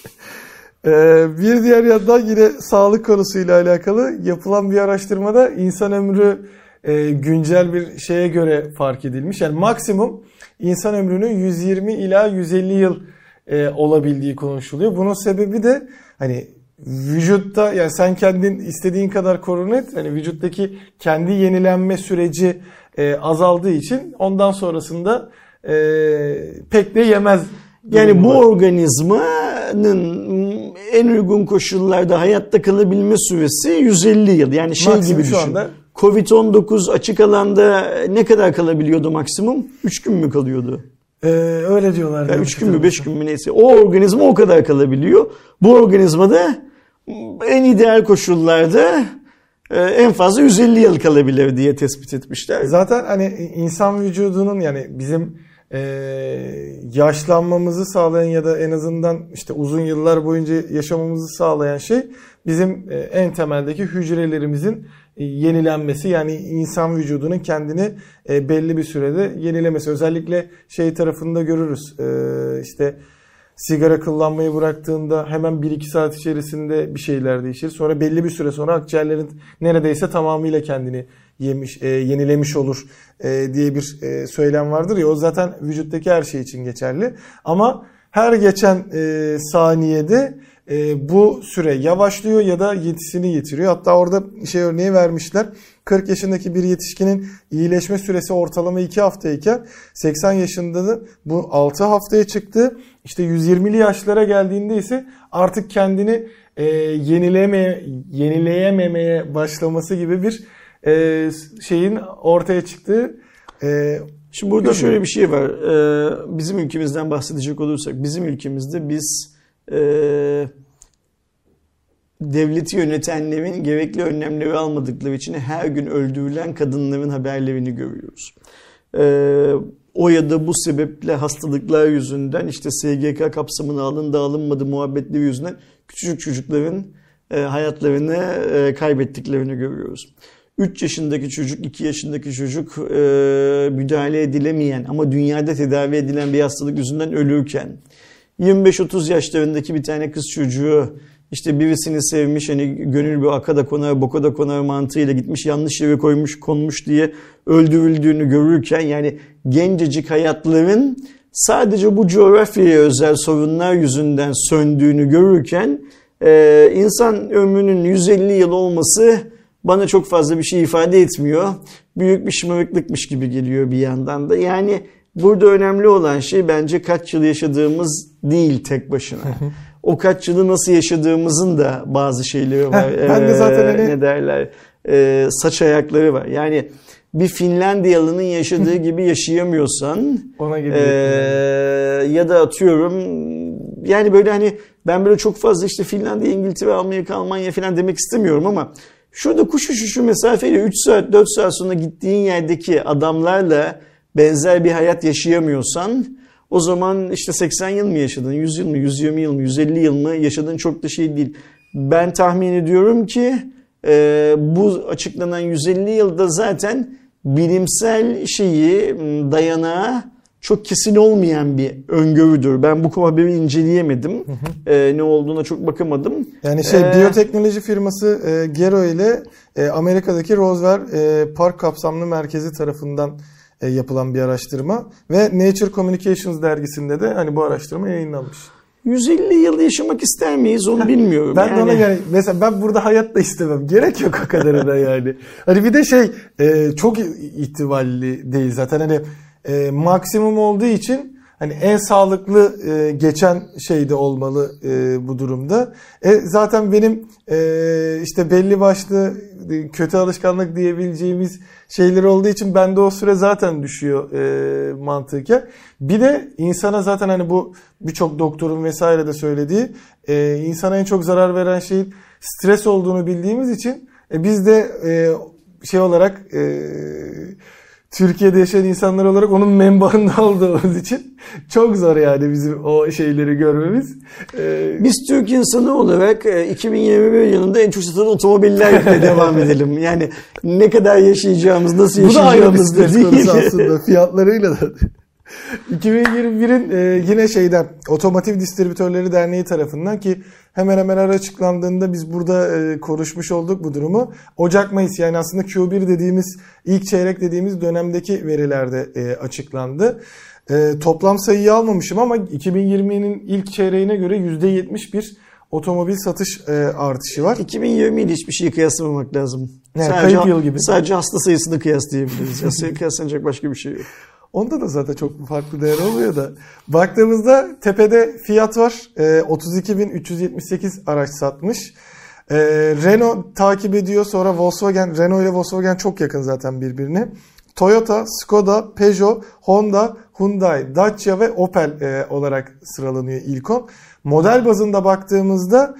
Bir diğer yandan yine sağlık konusuyla alakalı yapılan bir araştırmada insan ömrü güncel bir şeye göre fark edilmiş. Yani maksimum insan ömrünün 120 ila 150 yıl olabildiği konuşuluyor. Bunun sebebi de hani vücutta, yani sen kendin istediğin kadar korun et, hani vücuttaki kendi yenilenme süreci azaldığı için ondan sonrasında pek de yemez. Yani bu organizmanın en uygun koşullarda hayatta kalabilme süresi 150 yıl. Yani şey maksimum gibi düşün. Covid-19 açık alanda ne kadar kalabiliyordu maksimum? 3 gün mü kalıyordu? Öyle diyorlar. Yani 3 gün mü 5 gün mü neyse. O organizma o kadar kalabiliyor. Bu organizma da en ideal koşullarda en fazla 150 yıl kalabilir diye tespit etmişler. Zaten hani insan vücudunun, yani bizim yaşlanmamızı sağlayan ya da en azından işte uzun yıllar boyunca yaşamamızı sağlayan şey bizim en temeldeki hücrelerimizin yenilenmesi. Yani insan vücudunun kendini belli bir sürede yenilemesi. Özellikle şey tarafında görürüz. İşte sigara kullanmayı bıraktığında hemen 1-2 saat içerisinde bir şeyler değişir. Sonra belli bir süre sonra akciğerlerin neredeyse tamamıyla kendini yenilemiş olur diye bir söylem vardır ya. O zaten vücuttaki her şey için geçerli. Ama her geçen saniyede bu süre yavaşlıyor ya da yetisini yitiriyor. Hatta orada şey örneği vermişler. 40 yaşındaki bir yetişkinin iyileşme süresi ortalama 2 haftayken 80 yaşında da bu 6 haftaya çıktı. İşte 120'li yaşlara geldiğinde ise artık kendini yenileyememeye başlaması gibi bir şeyin ortaya çıktığı. Şimdi burada şöyle bir şey var. Bizim ülkemizden bahsedecek olursak, bizim ülkemizde biz devleti yönetenlerin gerekli önlemleri almadıkları için her gün öldürülen kadınların haberlerini görüyoruz. O ya da bu sebeple hastalıklar yüzünden, işte SGK kapsamına alındı alınmadı muhabbetleri yüzünden küçücük çocukların hayatlarını kaybettiklerini görüyoruz. 3 yaşındaki çocuk, 2 yaşındaki çocuk müdahale edilemeyen ama dünyada tedavi edilen bir hastalık yüzünden ölürken, 25-30 yaşlarındaki bir tane kız çocuğu işte birisini sevmiş, hani gönül bir aka da konar boka da konar mantığıyla gitmiş yanlış yere konmuş diye öldürüldüğünü görürken, yani gencecik hayatların sadece bu coğrafyaya özel sorunlar yüzünden söndüğünü görürken insan ömrünün 150 yıl olması bana çok fazla bir şey ifade etmiyor. Büyük bir şımarıklıkmış gibi geliyor bir yandan da. Yani burada önemli olan şey bence kaç yıl yaşadığımız değil tek başına. O kaç yılı nasıl yaşadığımızın da bazı şeyleri var. Ben de zaten hani... Ne derler? Saç ayakları var. Yani bir Finlandiyalı'nın yaşadığı gibi yaşayamıyorsan ona gibi ya da atıyorum, yani böyle hani ben böyle çok fazla işte Finlandiya, İngiltere, Amerika, Almanya falan demek istemiyorum ama şurada kuş uçuşu mesafeyle 3 saat 4 saat sonra gittiğin yerdeki adamlarla benzer bir hayat yaşayamıyorsan, o zaman işte 80 yıl mı yaşadın, 100 yıl mı, 120 yıl mı, 150 yıl mı yaşadın çok da şey değil. Ben tahmin ediyorum ki bu açıklanan 150 yılda zaten bilimsel şeyi, dayanağı çok kesin olmayan bir öngörüdür. Ben bu haberi inceleyemedim. Ne olduğuna çok bakamadım. Yani biyoteknoloji firması Gero ile Amerika'daki Roswell Park Kapsamlı Merkezi tarafından yapılan bir araştırma ve Nature Communications dergisinde de hani bu araştırma yayınlanmış. 150 yıl yaşamak ister miyiz onu bilmiyorum. Ben ona mesela ben burada hayat da istemem. Gerek yok o kadarına yani. Hani bir de çok ihtimalli değil zaten hani maksimum olduğu için hani en sağlıklı geçen şey de olmalı bu durumda. Zaten benim işte belli başlı kötü alışkanlık diyebileceğimiz şeyler olduğu için bende o süre zaten düşüyor mantıken. Bir de insana zaten hani bu birçok doktorun vesaire de söylediği insana en çok zarar veren şeyin stres olduğunu bildiğimiz için biz de olarak Türkiye'de yaşayan insanlar olarak onun menbaında olduğumuz için çok zor yani bizim o şeyleri görmemiz. Biz Türk insanı olarak 2021 yılında en çok satılan otomobillerle devam edelim. Yani ne kadar yaşayacağımız, nasıl yaşayacağımız da değil. Aslında fiyatlarıyla da. 2021'in yine Otomotiv Distribütörleri Derneği tarafından ki hemen hemen açıklandığında biz burada konuşmuş olduk bu durumu. Ocak-Mayıs yani aslında Q1 dediğimiz ilk çeyrek dediğimiz dönemdeki verilerde açıklandı. Toplam sayıyı almamışım ama 2020'nin ilk çeyreğine göre %71 otomobil satış artışı var. 2020 ile hiçbir şeyi kıyaslamamak lazım. Yani kayıp yıl gibi. Sadece hasta sayısını kıyaslayabiliriz. Kıyaslanacak başka bir şey yok. Onda da zaten çok farklı değer olmuyor da. Baktığımızda tepede Fiat var. 32.378 araç satmış. Renault takip ediyor. Sonra Volkswagen. Renault ile Volkswagen çok yakın zaten birbirine. Toyota, Skoda, Peugeot, Honda, Hyundai, Dacia ve Opel olarak sıralanıyor ilk 10. Model bazında baktığımızda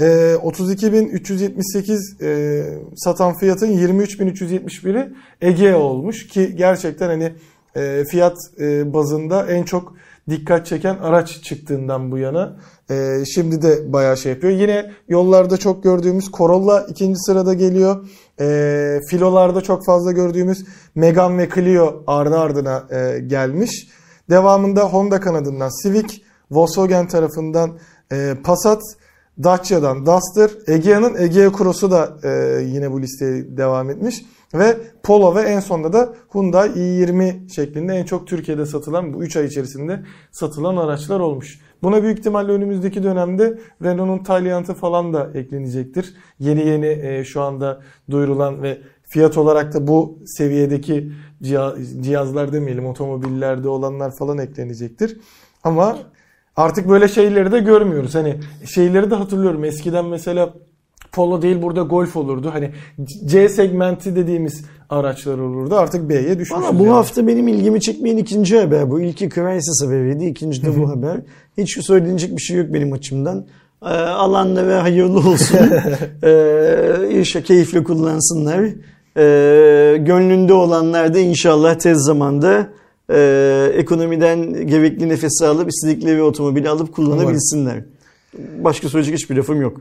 32.378 satan Fiat'ın 23.371'i Egea olmuş ki gerçekten hani fiyat bazında en çok dikkat çeken araç çıktığından bu yana şimdi de bayağı yapıyor. Yine yollarda çok gördüğümüz Corolla ikinci sırada geliyor. Filolarda çok fazla gördüğümüz Megane ve Clio ardı ardına gelmiş. Devamında Honda kanadından Civic, Volkswagen tarafından Passat, Dacia'dan Duster, Egea'nın Egea Cross'u da yine bu listeye devam etmiş. Ve Polo ve en sonunda da Hyundai i20 şeklinde en çok Türkiye'de satılan bu 3 ay içerisinde satılan araçlar olmuş. Buna büyük ihtimalle önümüzdeki dönemde Renault'un Tayliant'ı falan da eklenecektir. Yeni şu anda duyurulan ve fiyat olarak da bu seviyedeki cihazlar demeyelim otomobillerde olanlar falan eklenecektir. Ama artık böyle şeyleri de görmüyoruz. Hani şeyleri de hatırlıyorum. Eskiden mesela Polo değil burada Golf olurdu. Hani C segmenti dediğimiz araçlar olurdu. Artık B'ye düşmüş. Ama bu hafta benim ilgimi çekmeyen ikinci haber bu. İlki Crysis haberiydi. İkinci de bu haber. Hiç söylenecek bir şey yok benim açımdan. Alanlara hayırlı olsun. Keyifle kullansınlar. Gönlünde olanlar da inşallah tez zamanda ekonomiden gerekli nefesi alıp istedikleri otomobili alıp kullanabilsinler. Başka söyleyecek hiçbir lafım yok.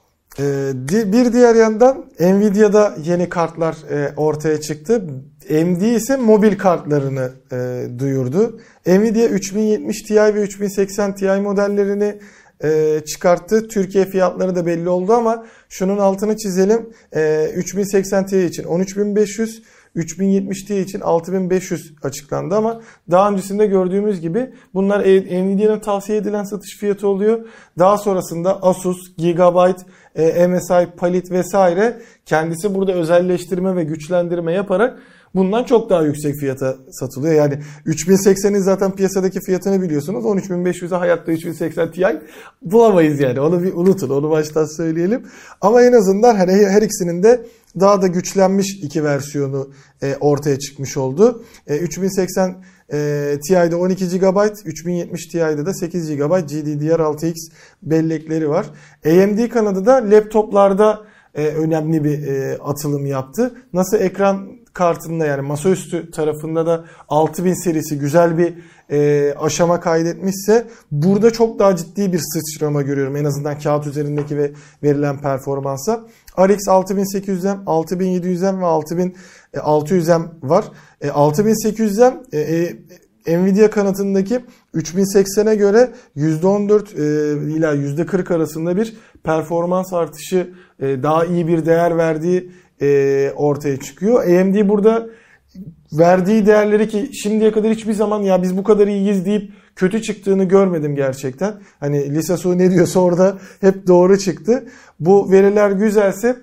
Bir diğer yandan Nvidia'da yeni kartlar ortaya çıktı. AMD ise mobil kartlarını duyurdu. Nvidia 3070 Ti ve 3080 Ti modellerini çıkarttı. Türkiye fiyatları da belli oldu ama şunun altını çizelim. 3080 Ti için 13500, 3070 Ti için 6500 açıklandı ama daha öncesinde gördüğümüz gibi bunlar Nvidia'nın tavsiye edilen satış fiyatı oluyor. Daha sonrasında Asus, Gigabyte, MSI, Palit vesaire kendisi burada özelleştirme ve güçlendirme yaparak bundan çok daha yüksek fiyata satılıyor. Yani 3080'in zaten piyasadaki fiyatını biliyorsunuz. 13500'e hayatta 3080 Ti bulamayız yani. Onu bir unutun. Onu baştan söyleyelim. Ama en azından hani her ikisinin de daha da güçlenmiş iki versiyonu ortaya çıkmış oldu. 3080 Ti'de 12 GB, 3070 Ti'de de 8 GB GDDR6X bellekleri var. AMD kanadı da laptoplarda önemli bir atılım yaptı. Nasıl ekran kartında yani masaüstü tarafında da 6000 serisi güzel bir aşama kaydetmişse burada çok daha ciddi bir sıçrama görüyorum. En azından kağıt üzerindeki ve verilen performansa. RX 6800M, 6700M ve 6600M var. 6800M Nvidia kanadındaki 3080'e göre %14 ila %40 arasında bir performans artışı, daha iyi bir değer verdiği ortaya çıkıyor. AMD burada verdiği değerleri ki şimdiye kadar hiçbir zaman ya biz bu kadar iyiyiz deyip kötü çıktığını görmedim gerçekten. Hani Lisa Su ne diyorsa orada hep doğru çıktı. Bu veriler güzelse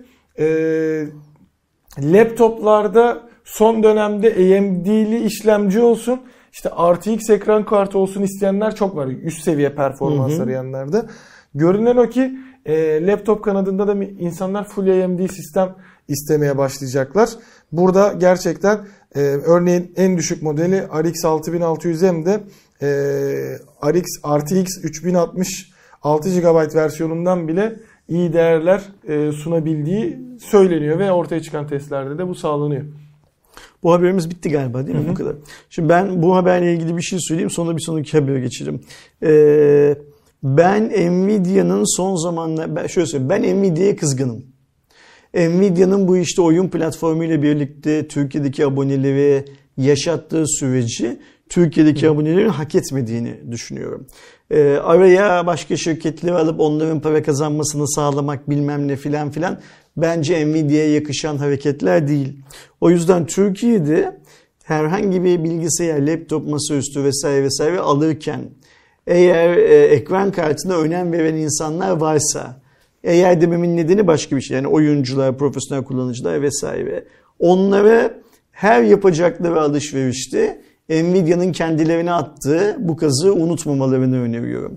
laptoplarda son dönemde AMD'li işlemci olsun, işte RTX ekran kartı olsun isteyenler çok var. Üst seviye performans arayanlar da. Görünen o ki laptop kanadında da insanlar full AMD sistem istemeye başlayacaklar. Burada gerçekten örneğin en düşük modeli RX 6600M'de RTX 3060 6 GB versiyonundan bile iyi değerler sunabildiği söyleniyor ve ortaya çıkan testlerde de bu sağlanıyor. Bu haberimiz bitti galiba değil mi? Bu kadar. Şimdi ben bu haberle ilgili bir şey söyleyeyim, sonra bir sonraki habere geçelim. Ben Nvidia'nın son zamanlarda, şöyle söyleyeyim, ben Nvidia'ya kızgınım. Nvidia'nın bu işte oyun platformu ile birlikte Türkiye'deki aboneleri yaşattığı süreci Türkiye'deki abonelerin hak etmediğini düşünüyorum. Araya başka şirketleri alıp onların para kazanmasını sağlamak bilmem ne filan filan bence Nvidia'ya yakışan hareketler değil. O yüzden Türkiye'de herhangi bir bilgisayar, laptop, masaüstü vesaire vesaire alırken eğer ekran kartına önem veren insanlar varsa, eğer dememin nedeni başka bir şey, yani oyuncular, profesyonel kullanıcılar vesaire, onlara her yapacakları alışverişte Nvidia'nın kendilerine attığı bu kazığı unutmamalarını öneriyorum.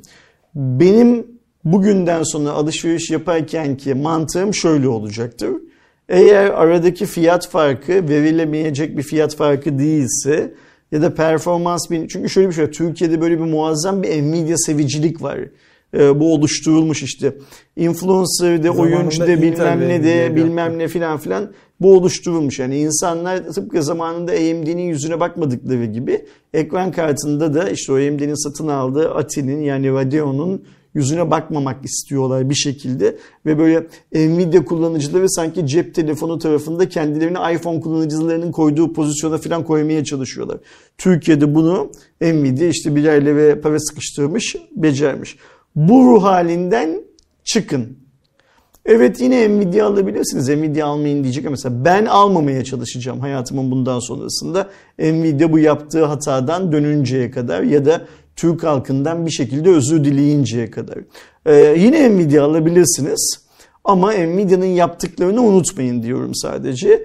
Benim bugünden sonra alışveriş yaparken ki mantığım şöyle olacaktır. Eğer aradaki fiyat farkı verilemeyecek bir fiyat farkı değilse ya da performans, çünkü şöyle bir şey var, Türkiye'de böyle bir muazzam bir Nvidia sevicilik var. Bu oluşturulmuş işte. Influencer'de, oyuncuda bilmem ne de bilmem ne filan filan bu oluşturulmuş. Yani insanlar tıpkı zamanında AMD'nin yüzüne bakmadıkları gibi ekran kartında da işte o AMD'nin satın aldığı ATI'nin yani Radeon'un yüzüne bakmamak istiyorlar bir şekilde. Ve böyle Nvidia kullanıcıları sanki cep telefonu tarafında kendilerini iPhone kullanıcılarının koyduğu pozisyona falan koymaya çalışıyorlar. Türkiye'de bunu Nvidia işte birerle ve para sıkıştırmış, becermiş. Bu ruh halinden çıkın. Evet, yine Nvidia alabilirsiniz. Nvidia almayın diyecek ama mesela ben almamaya çalışacağım hayatımın bundan sonrasında. Nvidia bu yaptığı hatadan dönünceye kadar ya da Türk halkından bir şekilde özür dileyinceye kadar. Yine Nvidia alabilirsiniz ama Nvidia'nın yaptıklarını unutmayın diyorum sadece.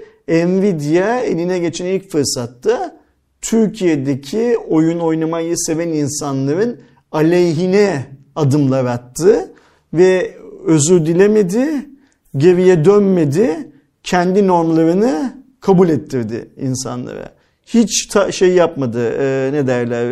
Nvidia eline geçen ilk fırsatta Türkiye'deki oyun oynamayı seven insanların aleyhine adımlar attı ve özür dilemedi, geriye dönmedi, kendi normlarını kabul ettirdi insanlara. Hiç şey yapmadı, ne derler,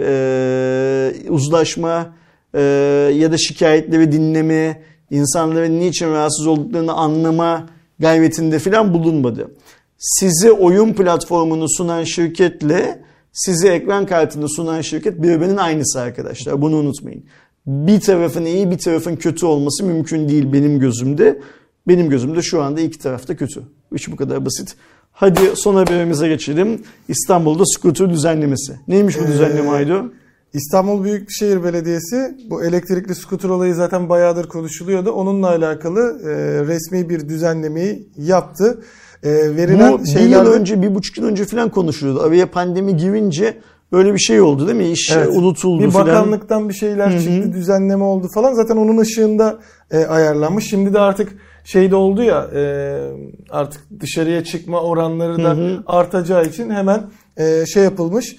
uzlaşma ya da şikayetleri dinleme, insanların niçin rahatsız olduklarını anlama gayretinde falan bulunmadı. Size oyun platformunu sunan şirketle size ekran kartını sunan şirket birbirinin aynısı arkadaşlar. Bunu unutmayın. Bir tarafın iyi, bir tarafın kötü olması mümkün değil benim gözümde. Benim gözümde şu anda iki taraf da kötü. İş bu kadar basit. Hadi son haberimize geçelim. İstanbul'da scooter düzenlemesi. Neymiş bu düzenleme Aydo? İstanbul Büyükşehir Belediyesi bu elektrikli scooter olayı zaten bayağıdır konuşuluyordu. Onunla alakalı resmi bir düzenlemeyi yaptı. Verilen bu şeylerde... bir yıl önce, 1,5 yıl önce falan konuşuluyordu. Araya pandemi girince böyle bir şey oldu değil mi? İş unutuldu bir falan. Bir bakanlıktan bir şeyler çıktı, düzenleme oldu falan. Zaten onun ışığında ayarlanmış. Şimdi de artık şey de oldu ya, artık dışarıya çıkma oranları da artacağı için hemen şey yapılmış.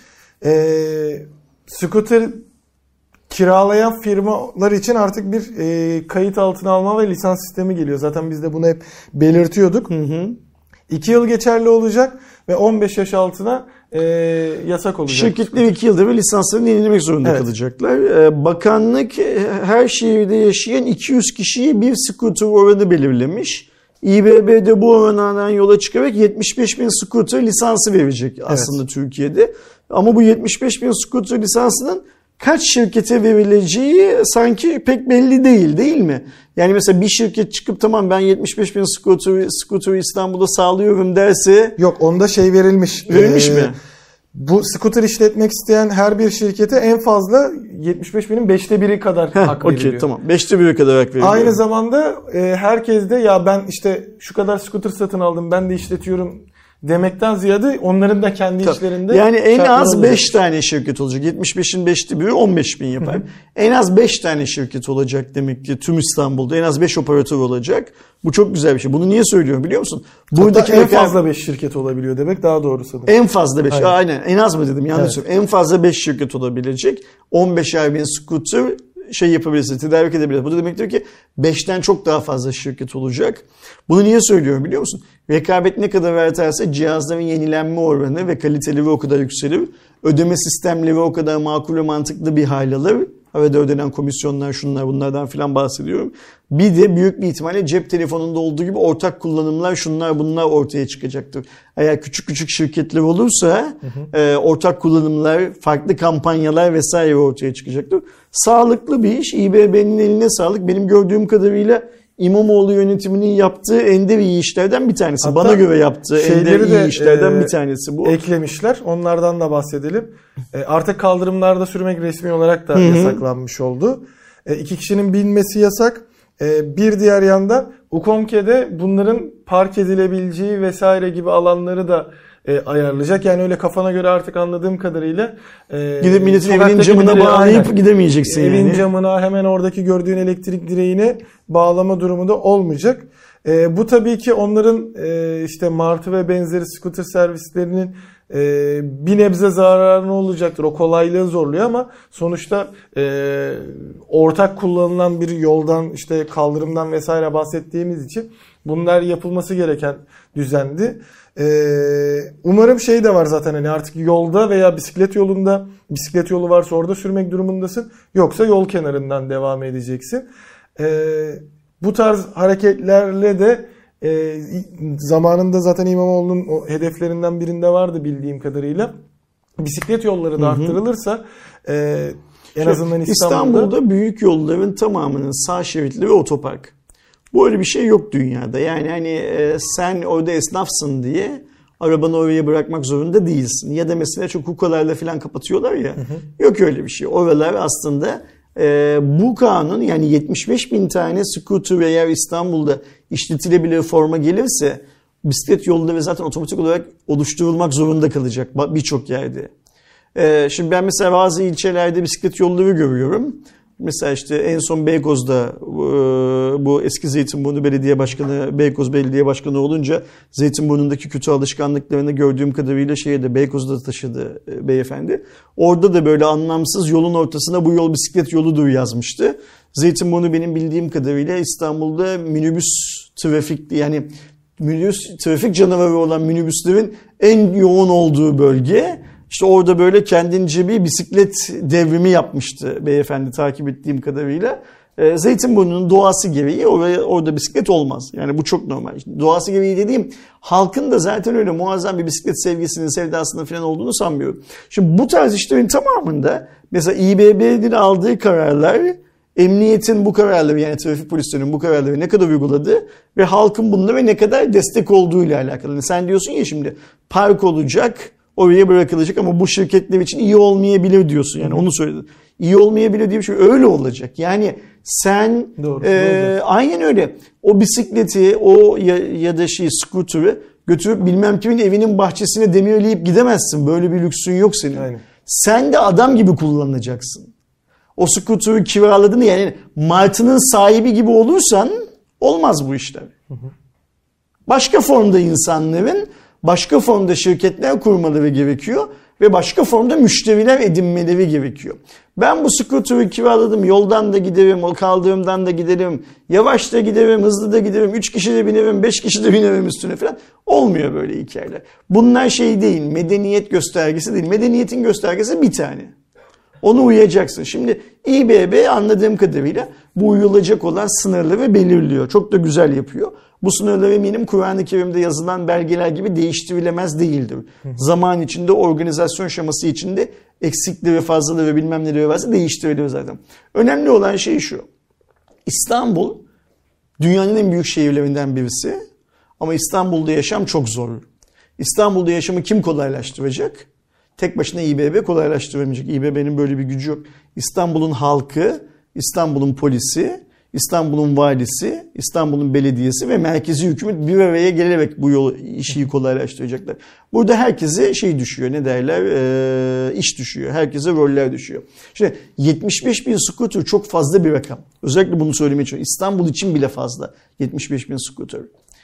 Scooter kiralayan firmalar için artık bir kayıt altına alma ve lisans sistemi geliyor. Zaten biz de bunu hep belirtiyorduk. 2 yıl geçerli olacak ve 15 yaş altına yasak olacak. Şirketler 2 yılda bir lisanslarını yenilemek zorunda kalacaklar. Bakanlık her şehirde yaşayan 200 kişiye bir scooter oranı belirlemiş. İBB'de bu oranlardan yola çıkarak 75.000 scooter lisansı verecek aslında Türkiye'de. Ama bu 75.000 scooter lisansının kaç şirkete verileceği sanki pek belli değil mi? Yani mesela bir şirket çıkıp tamam ben 75.000 scooter İstanbul'da sağlıyorum derse... Yok, onda şey verilmiş. Verilmiş mi? Bu scooter işletmek isteyen her bir şirkete en fazla 75.000'in 1/5 kadar hak veriliyor. Okey, tamam. 1/5 kadar hak veriliyor. Aynı zamanda herkes de ya ben işte şu kadar scooter satın aldım, ben de işletiyorum demekten ziyade onların da kendi işlerinde yani en şartlar az olacak. 5 tane şirket olacak. 75'in 5'te 15.000 yapar. En az 5 tane şirket olacak demek ki tüm İstanbul'da. En az 5 operatör olacak. Bu çok güzel bir şey. Bunu niye söylüyorum biliyor musun? Buradaki en fazla 5 şirket olabiliyor demek daha doğru sanırım. En fazla 5. Aynen. En az mı dedim? Yanlış Evet. söyledim. En fazla 5 şirket olabilecek. 15'er bin scooter yapabilirsiniz, tedarik edebilirsiniz. Bu da demektir ki 5'ten çok daha fazla şirket olacak. Bunu niye söylüyorum biliyor musun? Rekabet ne kadar artarsa cihazların yenilenme oranı ve kaliteleri o kadar yükselir. Ödeme sistemleri o kadar makul ve mantıklı bir hal alır. Arada ödenen komisyonlar, şunlar bunlardan filan bahsediyorum. Bir de büyük bir ihtimalle cep telefonunda olduğu gibi ortak kullanımlar, şunlar bunlar ortaya çıkacaktır. Eğer küçük küçük şirketler olursa ortak kullanımlar, farklı kampanyalar vesaire ortaya çıkacaktır. Sağlıklı bir iş. İBB'nin eline sağlık. Benim gördüğüm kadarıyla İmamoğlu yönetiminin yaptığı ender iyi işlerden bir tanesi. Hatta bana göre yaptığı ender iyi işlerden bir tanesi bu. Eklemişler. Onlardan da bahsedelim. Artık kaldırımlarda sürmek resmi olarak da yasaklanmış oldu. 2 kişinin binmesi yasak. Bir diğer yandan UKOMKE'de bunların park edilebileceği vesaire gibi alanları da ayarlayacak. Yani öyle kafana göre artık anladığım kadarıyla gidip milletin evinin camına bağlayıp gidemeyeceksin evin yani. Camına hemen oradaki gördüğün elektrik direğine bağlama durumu da olmayacak. Bu tabii ki onların işte Martı ve benzeri scooter servislerinin bir nebze zararı olacaktır. O kolaylığı zorluyor ama sonuçta ortak kullanılan bir yoldan, işte kaldırımdan vesaire bahsettiğimiz için bunlar yapılması gereken düzendi. Umarım şey de var zaten, hani artık yolda veya bisiklet yolunda, bisiklet yolu varsa orada sürmek durumundasın. Yoksa yol kenarından devam edeceksin. Bu tarz hareketlerle de zamanında zaten İmamoğlu'nun o hedeflerinden birinde vardı bildiğim kadarıyla. Bisiklet yolları da arttırılırsa en azından İstanbul'da büyük yolların tamamının sağ şeritleri otopark. Böyle bir şey yok dünyada. Yani hani sen orada esnafsın diye arabanı oraya bırakmak zorunda değilsin. Ya da mesela çok hukukalarla falan kapatıyorlar ya. Yok öyle bir şey. Oralar aslında bu kanun, yani 75.000 tane scooter eğer İstanbul'da işletilebilir forma gelirse bisiklet yolları zaten otomatik olarak oluşturulmak zorunda kalacak birçok yerde. Şimdi ben mesela bazı ilçelerde bisiklet yolları görüyorum. Mesela işte en son Beykoz'da bu eski Zeytinburnu Belediye Başkanı, Beykoz Belediye Başkanı olunca Zeytinburnu'ndaki kötü alışkanlıklarını gördüğüm kadarıyla Beykoz'da taşıdı beyefendi. Orada da böyle anlamsız yolun ortasına bu yol bisiklet yoludur yazmıştı. Zeytinburnu benim bildiğim kadarıyla İstanbul'da minibüs trafikli, yani minibüs trafik canavarı olan minibüslerin en yoğun olduğu bölge. İşte orada böyle kendince bir bisiklet devrimi yapmıştı beyefendi takip ettiğim kadarıyla. Zeytinburnu'nun doğası gereği orada bisiklet olmaz. Yani bu çok normal. Doğası gereği dediğim, halkın da zaten öyle muazzam bir bisiklet sevgisinin, sevdasının falan olduğunu sanmıyorum. Şimdi bu tarz işlerin tamamında mesela İBB'nin aldığı kararlar, emniyetin bu kararları, yani trafik polislerinin bu kararları ne kadar uyguladığı ve halkın bunlara ne kadar destek olduğuyla alakalı. Yani sen diyorsun ya şimdi park olacak, oraya bırakılacak ama bu şirketler için iyi olmayabilir diyorsun. Yani onu söyledin. İyi olmayabilir diye bir şey, öyle olacak. Yani sen aynen öyle. O bisikleti, o ya da scooter'ı götürüp bilmem kimin evinin bahçesine demirleyip gidemezsin. Böyle bir lüksün yok senin. Aynen. Sen de adam gibi kullanacaksın. O scooter'ı kiraladın, yani martının sahibi gibi olursan olmaz bu işler. Başka formda insanların, başka formda şirketler kurmaları gerekiyor ve başka formda müşteriler edinmeleri gerekiyor. Ben bu scooter'ı kiraladım, yoldan da giderim, o kaldırımdan da giderim, yavaş da giderim, hızlı da giderim, 3 kişi de binerim, 5 kişi de binerim üstüne falan. Olmuyor böyle hikayeler. Bunlar şey değil, medeniyet göstergesi değil. Medeniyetin göstergesi bir tane. Onu uyacaksın. Şimdi İBB anladığım kadarıyla bu uyulacak olan sınırları belirliyor. Çok da güzel yapıyor. Bu sınırlar eminim Kur'an-ı Kerim'de yazılan belgeler gibi değiştirilemez değildir. Zaman içinde, organizasyon şeması içinde eksikleri, fazlaları, bilmem neleri varsa değiştirilir zaten. Önemli olan şey şu. İstanbul dünyanın en büyük şehirlerinden birisi. Ama İstanbul'da yaşam çok zor. İstanbul'da yaşamı kim kolaylaştıracak? tek başına İBB kolaylaştıramayacak. İBB'nin böyle bir gücü yok. İstanbul'un halkı, İstanbul'un polisi, İstanbul'un valisi, İstanbul'un belediyesi ve merkezi hükümet bir araya gelerek bu işi kolaylaştıracaklar. Burada herkese şey düşüyor, ne derler, iş düşüyor. Herkese roller düşüyor. Şimdi 75 bin scooter çok fazla bir rakam. Özellikle bunu söylemeye çalışıyorum. İstanbul için bile fazla 75 bin scooter.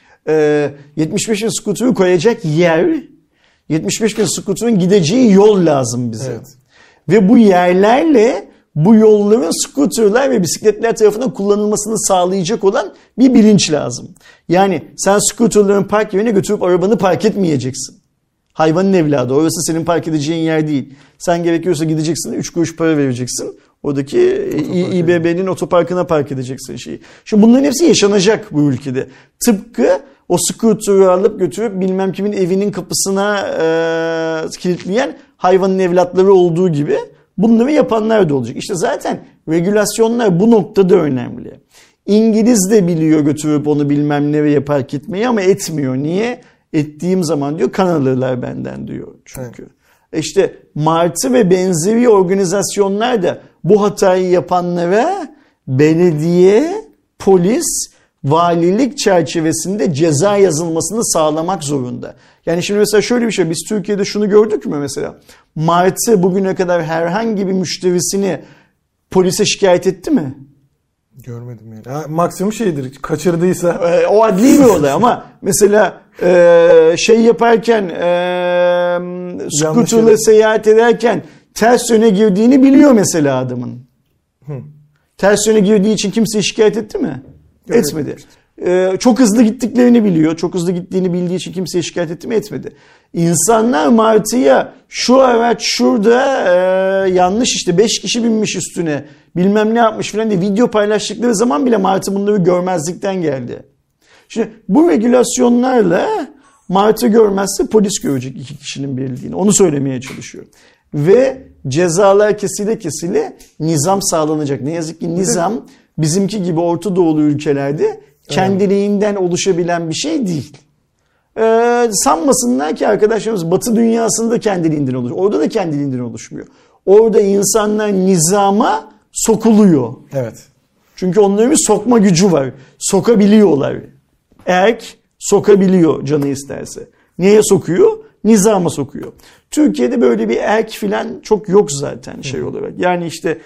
75 bin scooter'ı koyacak yer, 75 bin scooter'ın gideceği yol lazım bize. Evet. Ve bu yerlerle bu yolların scooterlar ve bisikletler tarafından kullanılmasını sağlayacak olan bir bilinç lazım. Yani sen scooterların park yerine götürüp arabanı park etmeyeceksin. Hayvanın evladı. Orası senin park edeceğin yer değil. Sen gerekiyorsa gideceksin, 3 kuruş para vereceksin. Oradaki İBB'nin otoparkına park edeceksin şeyi. Şimdi bunların hepsi yaşanacak bu ülkede. Tıpkı o scooter'ı alıp götürüp bilmem kimin evinin kapısına kilitleyen hayvanın evlatları olduğu gibi bunları yapanlar da olacak. İşte zaten regülasyonlar bu noktada önemli. İngiliz de biliyor götürüp onu bilmem nereye park etmeyi ama etmiyor. Niye? Ettiğim zaman diyor kan alırlar benden diyor çünkü. Evet. İşte Martı ve benzeri organizasyonlar da bu hatayı yapanlara belediye, polis, valilik çerçevesinde ceza yazılmasını sağlamak zorunda. Yani şimdi mesela şöyle bir şey, biz Türkiye'de şunu gördük mü mesela? Martı bugüne kadar herhangi bir müşterisini polise şikayet etti mi? Görmedim yani. Ha, maksimum şeydir, kaçırdıysa. O adli bir olay ama mesela şey yaparken scooter'la seyahat ederken ters yöne girdiğini biliyor mesela adamın. Ters yöne girdiği için kimseyi şikayet etti mi? Etmedi. Çok hızlı gittiklerini biliyor. Çok hızlı gittiğini bildiği için kimseye şikayet etti mi? Etmedi. İnsanlar Martı'ya şu araç şurada yanlış işte 5 kişi binmiş üstüne bilmem ne yapmış falan diye video paylaştıkları zaman bile Martı bunları görmezlikten geldi. Şimdi bu regülasyonlarla Martı görmezse polis görecek 2 kişinin belirlediğini. Onu söylemeye çalışıyor. Ve cezalar kesile nizam sağlanacak. Ne yazık ki nizam bizimki gibi Orta Doğulu ülkelerde kendiliğinden oluşabilen bir şey değil. Sanmasınlar ki arkadaşlarımız Batı dünyasında kendiliğinden oluşuyor. Orada da kendiliğinden oluşmuyor. Orada insanlar nizama sokuluyor. Evet. Çünkü onların bir sokma gücü var. Sokabiliyorlar. Erk sokabiliyor canı isterse. Neye sokuyor? Nizama sokuyor. Türkiye'de böyle bir erk filan çok yok zaten şey olarak. Yani işte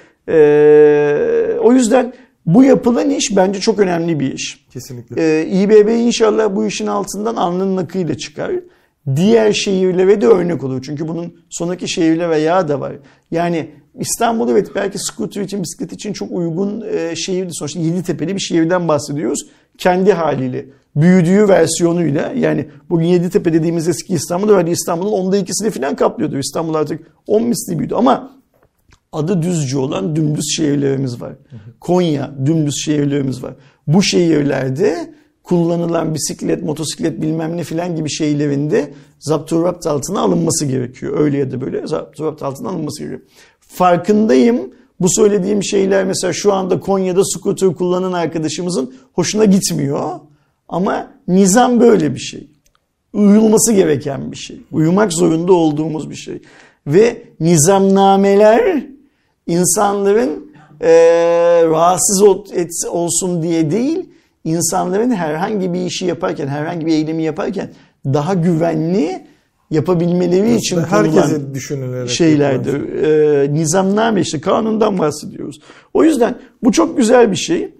o yüzden bu yapılan iş bence çok önemli bir iş. Kesinlikle. İBB inşallah bu işin altından alnının akıyla çıkar. Diğer şehirlere de örnek olur. Çünkü bunun sonraki şehirlere ayağı da var. Yani İstanbul evet belki scooter için, bisiklet için çok uygun şehirdi. Sonuçta Yeditepe'li bir şehirden bahsediyoruz. Kendi haliyle. Büyüdüğü versiyonuyla. Yani bugün Yeditepe dediğimiz eski İstanbul'da vardı. İstanbul'un 10'da 2'sini falan kaplıyordu. İstanbul artık 10 misli büyüdü. Ama adı düzce olan dümdüz şehirlerimiz var. Konya dümdüz şehirlerimiz var. Bu şehirlerde kullanılan bisiklet, motosiklet bilmem ne filan gibi şeylerinde zapturapt altına alınması gerekiyor. Öyle ya da böyle zapturapt altına alınması gerekiyor. Farkındayım. Bu söylediğim şeyler mesela şu anda Konya'da scooter kullanan arkadaşımızın hoşuna gitmiyor. Ama nizam böyle bir şey. Uyulması gereken bir şey. Uyumak zorunda olduğumuz bir şey. Ve nizamnameler insanların rahatsız olsun diye değil, insanların herhangi bir işi yaparken, herhangi bir eylemi yaparken daha güvenli yapabilmeleri için kurulan şeylerdir. Nizamname işte kanundan bahsediyoruz. O yüzden bu çok güzel bir şey.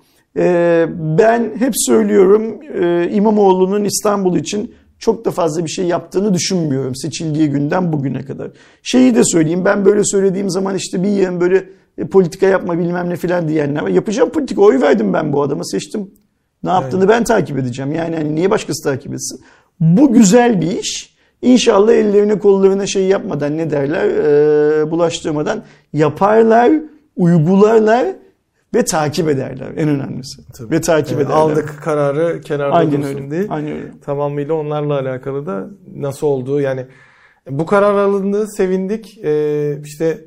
Ben hep söylüyorum İmamoğlu'nun İstanbul için çok da fazla bir şey yaptığını düşünmüyorum seçildiği günden bugüne kadar. Şeyi de söyleyeyim, ben böyle söylediğim zaman işte bir yığın böyle politika yapma bilmem ne filan diyenler var. Yapacağım politika, oy verdim ben bu adama, seçtim. Ne yaptığını ben takip edeceğim. Yani hani niye başkası takip etsin? Bu güzel bir iş. İnşallah ellerine kollarına şey yapmadan ne derler bulaştırmadan yaparlar, uygularlar ve takip ederler. En önemlisi. Tabii. Ve takip ederler. Aldık kararı kenarda dursun diye. Aynen öyle. Tamamıyla onlarla alakalı da nasıl olduğu yani bu karar alındı, sevindik. İşte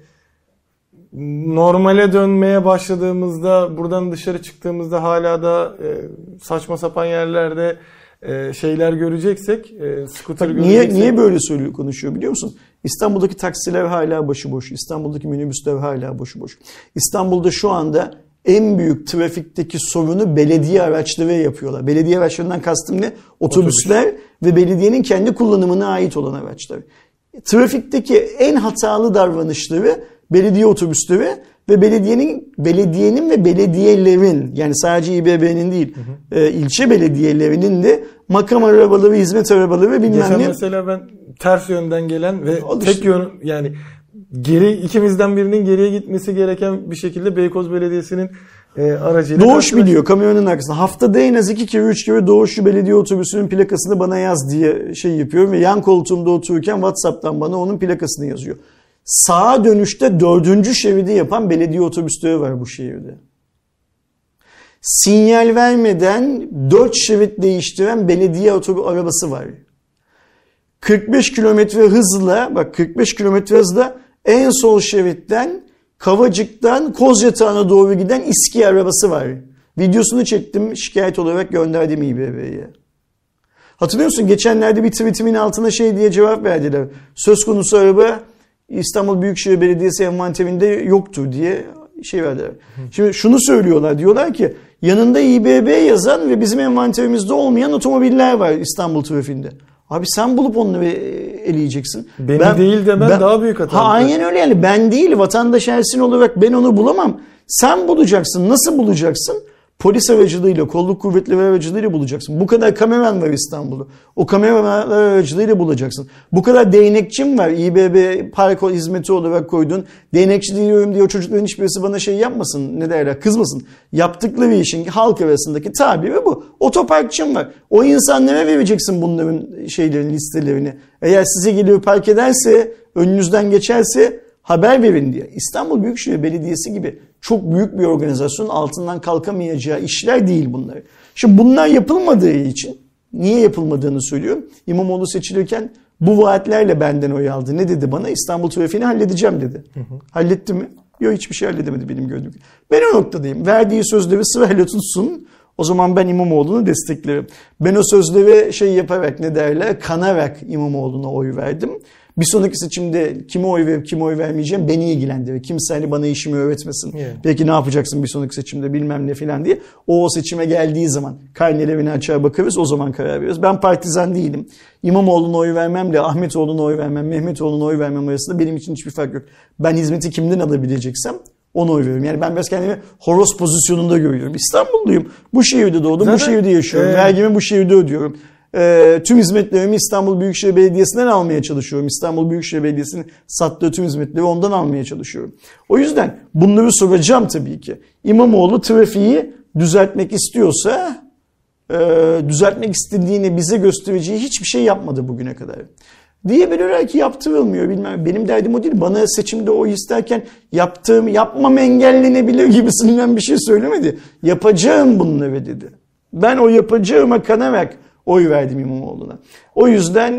normale dönmeye başladığımızda, buradan dışarı çıktığımızda hala da saçma sapan yerlerde şeyler göreceksek, scooter göreceksek. Niye böyle söylüyor, konuşuyor biliyor musun? İstanbul'daki taksiler hala başıboş. İstanbul'daki minibüsler hala başıboş. İstanbul'da şu anda en büyük trafikteki sorunu belediye araçları yapıyorlar. Belediye araçlarından kastım ne? Otobüsler ve belediyenin kendi kullanımına ait olan araçlar. Trafikteki en hatalı davranışları belediye otobüsleri ve belediyenin ve belediyelerin, yani sadece İBB'nin değil, ilçe belediyelerinin de makam arabaları, hizmet arabaları ve bilmem Geçen ne. mesela ben ters yönden gelen ve tek yön, yani ikimizden birinin geriye gitmesi gereken bir şekilde Beykoz Belediyesi'nin aracıyla Doğuş biliyor kamyonun arkasında. Haftada en az 2 kere 3 kere Doğuşlu Belediye Otobüsü'nün plakasını bana yaz diye şey yapıyorum ve yan koltuğumda otururken WhatsApp'tan bana onun plakasını yazıyor. Sağa dönüşte 4. şeridi yapan belediye otobüsleri var bu şehirde. Sinyal vermeden 4 şerit değiştiren belediye arabası var. 45 kilometre hızla, bak 45 kilometre hızla en sol şeritten Kavacık'tan Kozyatağı'na doğru giden İSKİ arabası var. Videosunu çektim, şikayet olarak gönderdim İBB'ye. Hatırlıyor musun? Geçenlerde bir tweetimin altına şey diye cevap verdiler. Söz konusu araba İstanbul Büyükşehir Belediyesi envanterinde yoktur diye şey verdiler. Şimdi şunu söylüyorlar. Diyorlar ki yanında İBB yazan ve bizim envanterimizde olmayan otomobiller var İstanbul trafiğinde. Abi sen bulup onları eleyeceksin. Beni değil demen daha büyük hata. Aynen öyle yani. Ben değil, vatandaş Ersin olarak ben onu bulamam. Sen bulacaksın. Nasıl bulacaksın? Polis aracılığıyla, kolluk kuvvetleri aracılığıyla bulacaksın. Bu kadar kameraman var İstanbul'da. O kameraman aracılığıyla bulacaksın. Bu kadar değnekçim var. İBB park hizmeti olarak koyduğun. Değnekçi diyorum diye o çocukların hiçbirisi bana şey yapmasın. Ne derler? Kızmasın. Yaptıkları işin halk arasındaki tabiri bu. Otoparkçım var. O insanlara vereceksin bunların şeylerin listelerini. Eğer size geliyor park ederse, önünüzden geçerse haber verin diye. İstanbul Büyükşehir Belediyesi gibi çok büyük bir organizasyonun altından kalkamayacağı işler değil bunlar. Şimdi bunlar yapılmadığı için, niye yapılmadığını söylüyorum. İmamoğlu seçilirken bu vaatlerle benden oy aldı. Ne dedi bana? İstanbul trafiğini halledeceğim dedi. Halletti mi? Yok, hiçbir şey halledemedi benim gördüğüm. Ben o noktadayım. Verdiği sözleri sırayla tutsun. O zaman ben İmamoğlu'nu desteklerim. Ben o sözleri şey yaparak, ne derler, kanarak İmamoğlu'na oy verdim. Bir sonraki seçimde kime oy verip kime oy vermeyeceğim beni ilgilendirir. Kimse hani bana işimi öğretmesin. Yeah. Peki ne yapacaksın bir sonraki seçimde bilmem ne filan diye. O seçime geldiği zaman karnelerini açar bakarız, o zaman karar veririz. Ben partizan değilim. İmamoğlu'na oy vermemle Ahmetoğlu'na oy vermem, Mehmetoğlu'na oy vermem arasında benim için hiçbir fark yok. Ben hizmeti kimden alabileceksem ona oy veriyorum. Yani ben biraz kendimi horoz pozisyonunda görüyorum. İstanbulluyum. Bu şehirde doğdum, zaten, bu şehirde yaşıyorum. Vergimi bu şehirde ödüyorum. Tüm hizmetlerimi İstanbul Büyükşehir Belediyesi'nden almaya çalışıyorum. İstanbul Büyükşehir Belediyesi'nin sattığı tüm hizmetleri ondan almaya çalışıyorum. O yüzden bunları soracağım tabii ki. İmamoğlu trafiği düzeltmek istiyorsa, düzeltmek istediğini bize göstereceği hiçbir şey yapmadı bugüne kadar. Diyebilirler ki yaptırılmıyor bilmem. Benim derdim o değil. Bana seçimde oy isterken yapmam engellenebilir gibisinden bir şey söylemedi. Yapacağım bunları dedi. Ben o yapacağıma kanarak oy verdim İmamoğlu'na. O yüzden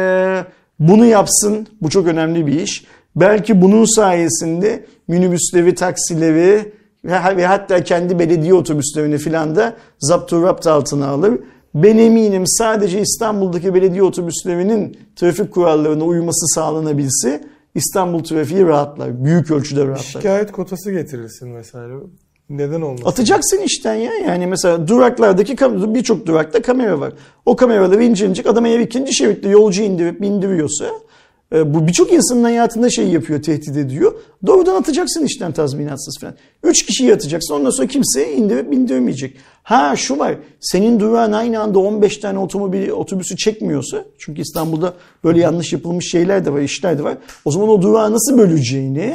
bunu yapsın. Bu çok önemli bir iş. Belki bunun sayesinde minibüsleri, taksileri ve hatta kendi belediye otobüslerini filan da zapturapt altına alır. Ben eminim sadece İstanbul'daki belediye otobüslerinin trafik kurallarına uyması sağlanabilse İstanbul trafiği rahatlar. Büyük ölçüde rahatlar. Şikayet kotası getirilsin mesela. Neden olmasın? Atacaksın işten ya. Yani mesela duraklardaki birçok durakta kamera var. O kameraları incelecek. Adam eğer ikinci şeritte yolcu indirip bindiriyorsa bu birçok insanın hayatında şey yapıyor, tehdit ediyor. Doğrudan atacaksın işten tazminatsız falan. 3 kişiyi atacaksın. Ondan sonra kimse indirip bindirmeyecek. Ha şu var. Senin durağın aynı anda 15 tane otobüsü çekmiyorsa, çünkü İstanbul'da böyle yanlış yapılmış şeyler de var, işler de var. O zaman o durağı nasıl böleceğini,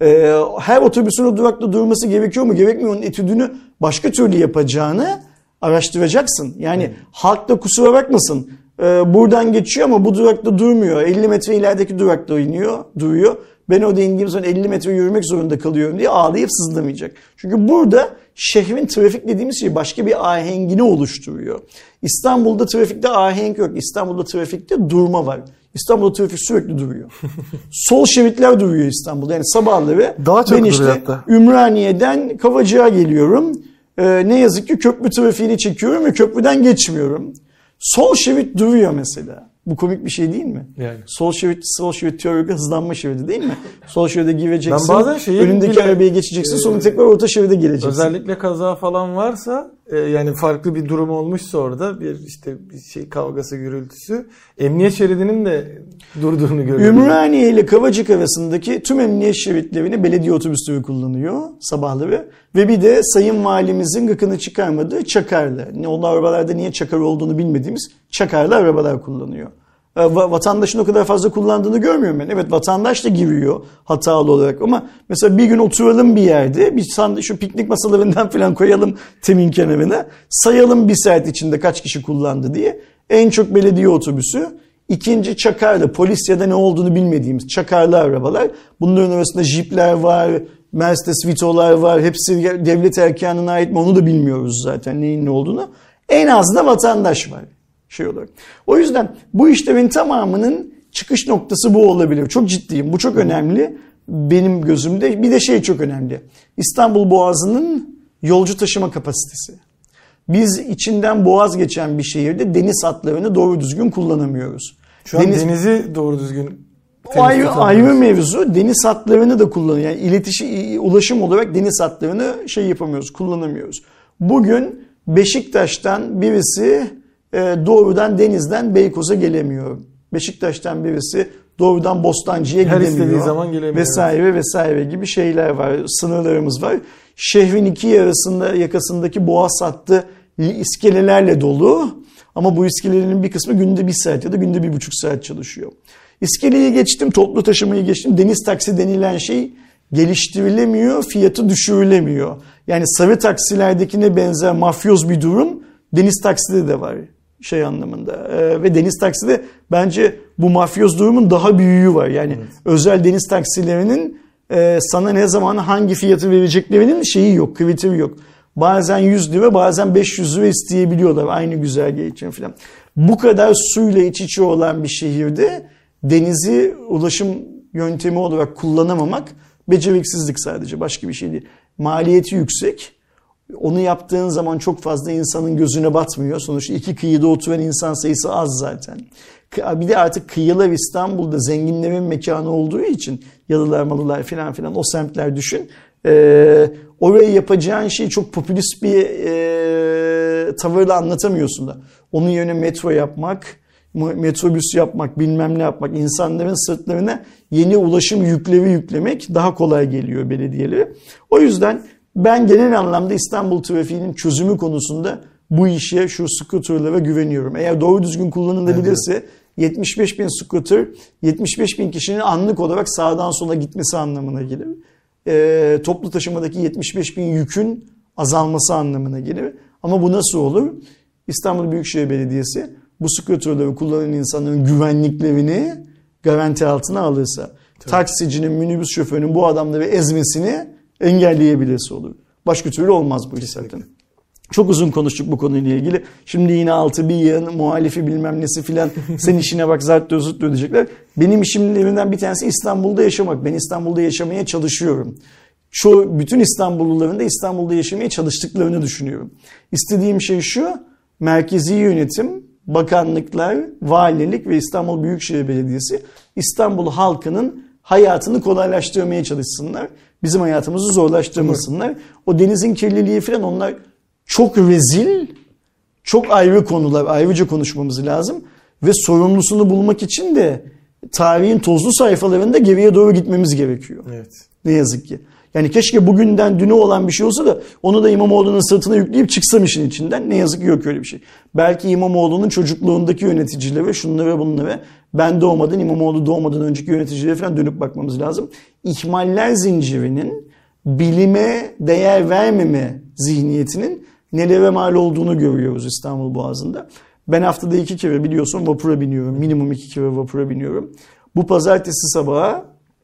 her otobüsün o durakta durması gerekiyor mu gerekmiyor mu, onun etüdünü başka türlü yapacağını araştıracaksın. Yani halk da kusura bakmasın. Buradan geçiyor ama bu durakta durmuyor. 50 metre ilerideki durakta duruyor. Ben orada indiğim zaman 50 metre yürümek zorunda kalıyorum diye ağlayıp sızlamayacak. Çünkü burada şehrin trafik dediğimiz şey başka bir ahengini oluşturuyor. İstanbul'da trafikte ahenk yok. İstanbul'da trafikte durma var. İstanbul'da trafik sürekli duruyor. Sol şeritler duruyor İstanbul'da. Yani sabahları ben işte Ümraniye'den Kavacık'a geliyorum. Ne yazık ki köprü trafiğini çekiyorum ve köprüden geçmiyorum. Sol şerit duruyor mesela. Bu komik bir şey değil mi? Yani. Sol şerit teorik hızlanma şeridi değil mi? Sol şeride gireceksin. Ben bazen önündeki arabaya geçeceksin. Sonra tekrar orta şeride gireceksin. Özellikle kaza falan varsa yani farklı bir durum olmuşsa orada bir kavgası, gürültüsü, emniyet şeridinin de durduğunu görüyoruz. Ümraniye ile Kavacık arasındaki tüm emniyet şeritlerini belediye otobüsleri kullanıyor sabahları. Ve bir de Sayın Valimizin gıkını çıkarmadığı çakarlı. O arabalarda niye çakar olduğunu bilmediğimiz çakarlı arabalar kullanıyor. Vatandaşın o kadar fazla kullandığını görmüyorum ben. Evet, vatandaş da giriyor hatalı olarak ama mesela bir gün oturalım bir yerde, şu piknik masalarından falan koyalım temin kenarına, sayalım bir saat içinde kaç kişi kullandı diye. En çok belediye otobüsü, ikinci çakarlı, polis ya da ne olduğunu bilmediğimiz çakarlı arabalar. Bunların arasında jipler var, Mercedes Vito'lar var, hepsi devlet erkanına ait mi onu da bilmiyoruz zaten neyin ne olduğunu. En az da vatandaş var. Olarak. O yüzden bu işlerin tamamının çıkış noktası bu olabilir. Çok ciddiyim. Bu çok önemli benim gözümde. Bir de çok önemli. İstanbul Boğazı'nın yolcu taşıma kapasitesi. Biz içinden boğaz geçen bir şehirde deniz hatlarını doğru düzgün kullanamıyoruz. Şu an denizi doğru düzgün ayrı mevzu. Deniz hatlarını da kullanıyor. Yani ulaşım olarak deniz hatlarını yapamıyoruz, kullanamıyoruz. Bugün Beşiktaş'tan birisi doğrudan denizden Beykoz'a gelemiyor. Beşiktaş'tan birisi doğrudan Bostancı'ya gidemiyor. Her istediği zaman gelemiyor. Vesaire gibi şeyler var. Sınırlarımız var. Şehrin iki yakasındaki boğaz hattı iskelelerle dolu. Ama bu iskelelerin bir kısmı günde 1 saat ya da günde 1,5 saat çalışıyor. İskeleyi geçtim, toplu taşımayı geçtim. Deniz taksi denilen şey geliştirilemiyor, fiyatı düşürülemiyor. Yani sarı taksilerdekine benzer mafyoz bir durum deniz takside de var. Anlamında. Ve deniz takside bence bu mafyoz durumun daha büyüğü var. Yani evet. Özel deniz taksilerinin sana ne zaman hangi fiyatı vereceklerinin yok, kriteri yok. Bazen 100 lira, bazen 500 lira isteyebiliyorlar aynı güzergah için falan. Bu kadar suyla iç içe olan bir şehirde denizi ulaşım yöntemi olarak kullanamamak beceriksizlik sadece, başka bir şey değil. Maliyeti yüksek. Onu yaptığın zaman çok fazla insanın gözüne batmıyor. Sonuçta iki kıyıda oturan insan sayısı az zaten. Bir de artık kıyılar İstanbul'da zenginlerin mekanı olduğu için yalılar malılar filan o semtler düşün. Oraya yapacağın şeyi çok popülist bir tavırla anlatamıyorsun da. Onun yerine metro yapmak, metrobüs yapmak, bilmem ne yapmak, insanların sırtlarına yeni ulaşım yükleri yüklemek daha kolay geliyor belediyelere. O yüzden ben genel anlamda İstanbul trafiğinin çözümü konusunda bu işe, şu skuterlara güveniyorum. Eğer doğru düzgün kullanılabilirse 75 bin skuter, 75 bin kişinin anlık olarak sağdan sola gitmesi anlamına gelir. Toplu taşımadaki 75 bin yükün azalması anlamına gelir. Ama bu nasıl olur? İstanbul Büyükşehir Belediyesi bu skuterları kullanan insanların güvenliklerini garanti altına alırsa, taksicinin, minibüs şoförünün bu adamları ezmesini engelleyebilirse olur. Başka türlü olmaz bu iş zaten. Çok uzun konuştuk bu konuyla ilgili. Şimdi yine altı bir yığın muhalifi bilmem nesi filan sen işine bak zart diyecekler. Benim işimlerinden bir tanesi İstanbul'da yaşamak. Ben İstanbul'da yaşamaya çalışıyorum. Bütün İstanbulluların da İstanbul'da yaşamaya çalıştıklarını düşünüyorum. İstediğim şey şu: merkezi yönetim, bakanlıklar, valilik ve İstanbul Büyükşehir Belediyesi İstanbul halkının hayatını kolaylaştırmaya çalışsınlar. Bizim hayatımızı zorlaştırmasınlar. O denizin kirliliği falan, onlar çok rezil, çok ayrı konular. Ayrıca konuşmamız lazım. Ve sorumlusunu bulmak için de tarihin tozlu sayfalarında geriye doğru gitmemiz gerekiyor. Evet. Ne yazık ki. Yani keşke bugünden düne olan bir şey olsa da onu da İmamoğlu'nun sırtına yükleyip çıksam işin içinden. Ne yazık ki yok öyle bir şey. Belki İmamoğlu'nun çocukluğundaki yöneticilere, şunlara bunlara, ben doğmadan, İmamoğlu doğmadan önceki yöneticilere falan dönüp bakmamız lazım. İhmaller zincirinin, bilime değer vermeme zihniyetinin nelere mal olduğunu görüyoruz İstanbul Boğazı'nda. Ben haftada 2 kere biliyorsun vapura biniyorum. Minimum 2 kere vapura biniyorum. Bu pazartesi sabahı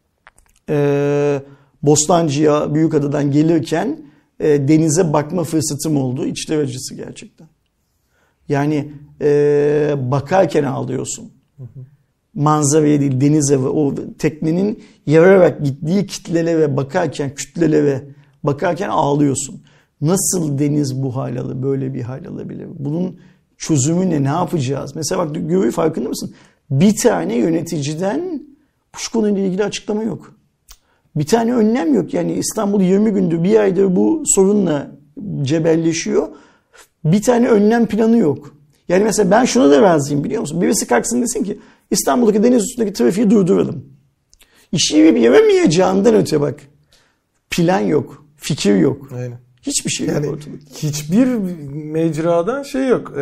Bostancı'ya, Büyükada'dan gelirken denize bakma fırsatım oldu. İçler acısı gerçekten. Yani bakarken ağlıyorsun. Manzaraya değil, denize ve o teknenin yararak gittiği kitlelere bakarken, kütlelere bakarken ağlıyorsun. Nasıl deniz bu hal alır, böyle bir hal alabilir? Bunun çözümü ne yapacağız? Mesela bak görüyor, farkında mısın? Bir tane yöneticiden bu konuyla ilgili açıklama yok. Bir tane önlem yok. Yani İstanbul 20 gündür, bir aydır bu sorunla cebelleşiyor. Bir tane önlem planı yok. Yani mesela ben şuna da razıyım, biliyor musun? Birisi kalksın desin ki İstanbul'daki deniz üstündeki trafiği durduralım. İşi yapemeyeceğinden öte bak. Plan yok, fikir yok. Aynen. Hiçbir şey yani yok ortalıkta. Hiçbir mecradan şey yok.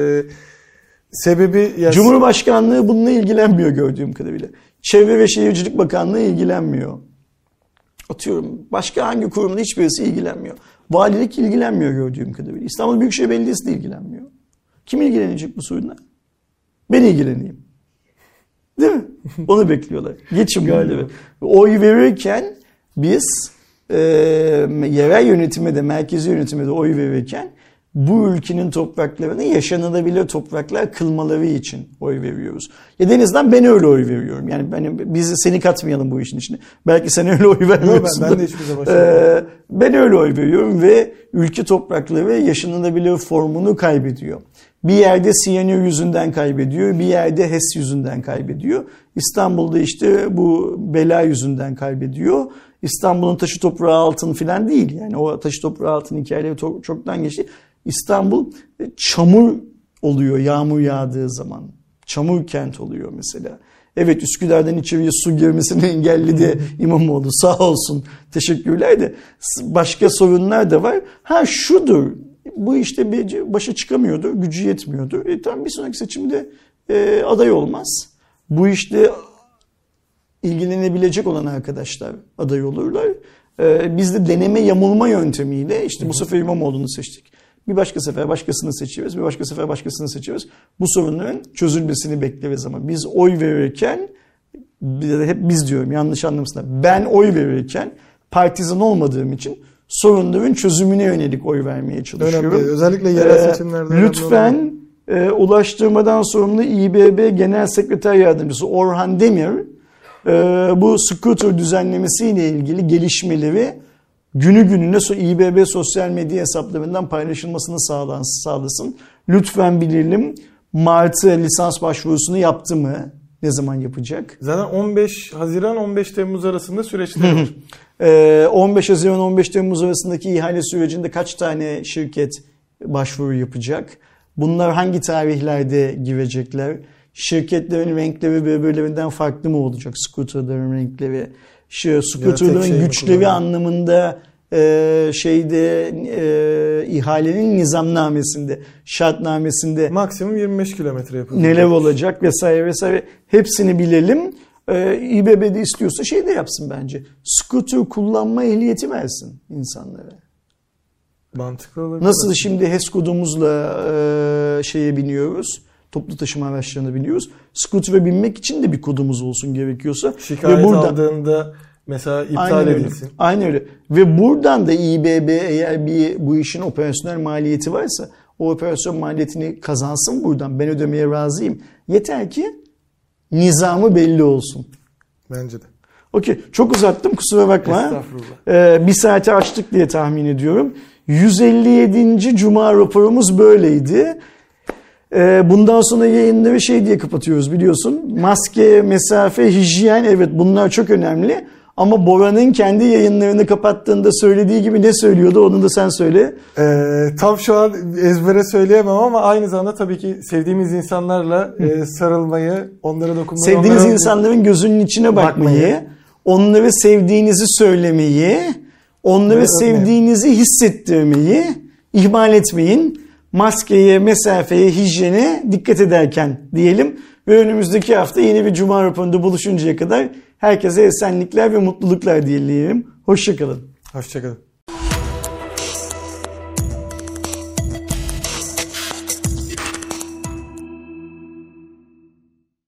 Sebebi... Ya Cumhurbaşkanlığı bununla ilgilenmiyor gördüğüm kadarıyla. Çevre ve Şehircilik Bakanlığı ilgilenmiyor. Atıyorum başka hangi kurumun hiçbirisi ilgilenmiyor. Valilik ilgilenmiyor gördüğüm kadarıyla. İstanbul Büyükşehir Belediyesi de ilgilenmiyor. Kim ilgilenecek bu sorunla? Ben ilgileneyim. Değil mi? Onu bekliyorlar. Geçin galiba. Oy verirken biz yerel yönetime de merkezi yönetime de oy verirken bu ülkenin topraklarını yaşanılabilir topraklar kılmaları için oy veriyoruz. Ya denizden ben öyle oy veriyorum. Yani biz seni katmayalım bu işin içine. Belki sen öyle oy vermiyorsun. Ben de hiçbir zaman ben öyle oy veriyorum ve ülke toprakları yaşanılabilir formunu kaybediyor. Bir yerde siyanür yüzünden kaybediyor, bir yerde HES yüzünden kaybediyor. İstanbul'da işte bu bela yüzünden kaybediyor. İstanbul'un taşı toprağı altın falan değil. Yani o taşı toprağı altın hikayeleri çoktan geçti. İstanbul çamur oluyor yağmur yağdığı zaman. Çamur kent oluyor mesela. Evet, Üsküdar'dan içeriye su girmesini engelledi İmamoğlu, sağ olsun, teşekkürler de başka sorunlar da var. Ha şudur, bu işte başa çıkamıyordur, gücü yetmiyordur. Tamam, bir sonraki seçimde aday olmaz. Bu işte ilgilenebilecek olan arkadaşlar aday olurlar. Biz de deneme yamulma yöntemiyle işte bu sefer İmamoğlu'nu seçtik. Bir başka sefer başkasını seçiyoruz, bir başka sefer başkasını seçiyoruz. Bu sorunların çözülmesini bekleriz ama biz oy verirken, hep biz diyorum, yanlış anlamasınlar. Ben oy verirken partizan olmadığım için sorunların çözümüne yönelik oy vermeye çalışıyorum. Önemli. Özellikle yerel seçimlerde. Lütfen Ulaştırmadan sorumlu İBB Genel Sekreter Yardımcısı Orhan Demir bu scooter düzenlemesiyle ilgili gelişmeleri günü gününe İBB sosyal medya hesaplarından paylaşılmasını sağlasın. Lütfen bilelim, Mart'ta lisans başvurusunu yaptı mı? Ne zaman yapacak? Zaten 15 Haziran 15 Temmuz arasında süreçler var. 15 Haziran 15 Temmuz arasındaki ihale sürecinde kaç tane şirket başvuru yapacak? Bunlar hangi tarihlerde girecekler? Şirketlerin renkleri birbirlerinden farklı mı olacak? Scooterların renkleri, scooterların güçleri anlamında ihalenin nizamnamesinde, şartnamesinde maksimum 25 kilometre yapılacak. Neler olacak vesaire vesaire, hepsini bilelim. İBB'de istiyorsa şey de yapsın bence. Scooter kullanma ehliyeti versin insanlara. Mantıklı olabilir. Nasıl şimdi HES kodumuzla şeye biniyoruz, toplu taşıma araçlarına biniyoruz. Scooter'a binmek için de bir kodumuz olsun gerekiyorsa. Şikayet aldığında mesela iptal edilsin. Aynen öyle. Ve buradan da İBB eğer bu işin operasyonel maliyeti varsa o operasyon maliyetini kazansın buradan. Ben ödemeye razıyım. Yeter ki nizamı belli olsun. Bence de. Okey. Çok uzattım, kusura bakma. Estağfurullah. Bir saate açtık diye tahmin ediyorum. 157. Cuma raporumuz böyleydi. Bundan sonra yayınları şey diye kapatıyoruz, biliyorsun. Maske, mesafe, hijyen, evet bunlar çok önemli. Ama Bora'nın kendi yayınlarını kapattığında söylediği gibi ne söylüyordu, onu da sen söyle. Tam şu an ezbere söyleyemem ama aynı zamanda tabii ki sevdiğimiz insanlarla sarılmayı, onlara dokunmayı. Sevdiğiniz insanların gözünün içine bakmayı, onları sevdiğinizi söylemeyi, onları sevdiğinizi hissettirmeyi ihmal etmeyin. Maskeye, mesafeye, hijyene dikkat ederken diyelim. Ve önümüzdeki hafta yeni bir Cuma raporunda buluşuncaya kadar herkese esenlikler ve mutluluklar dileyelim. Hoşça kalın. Hoşça kalın.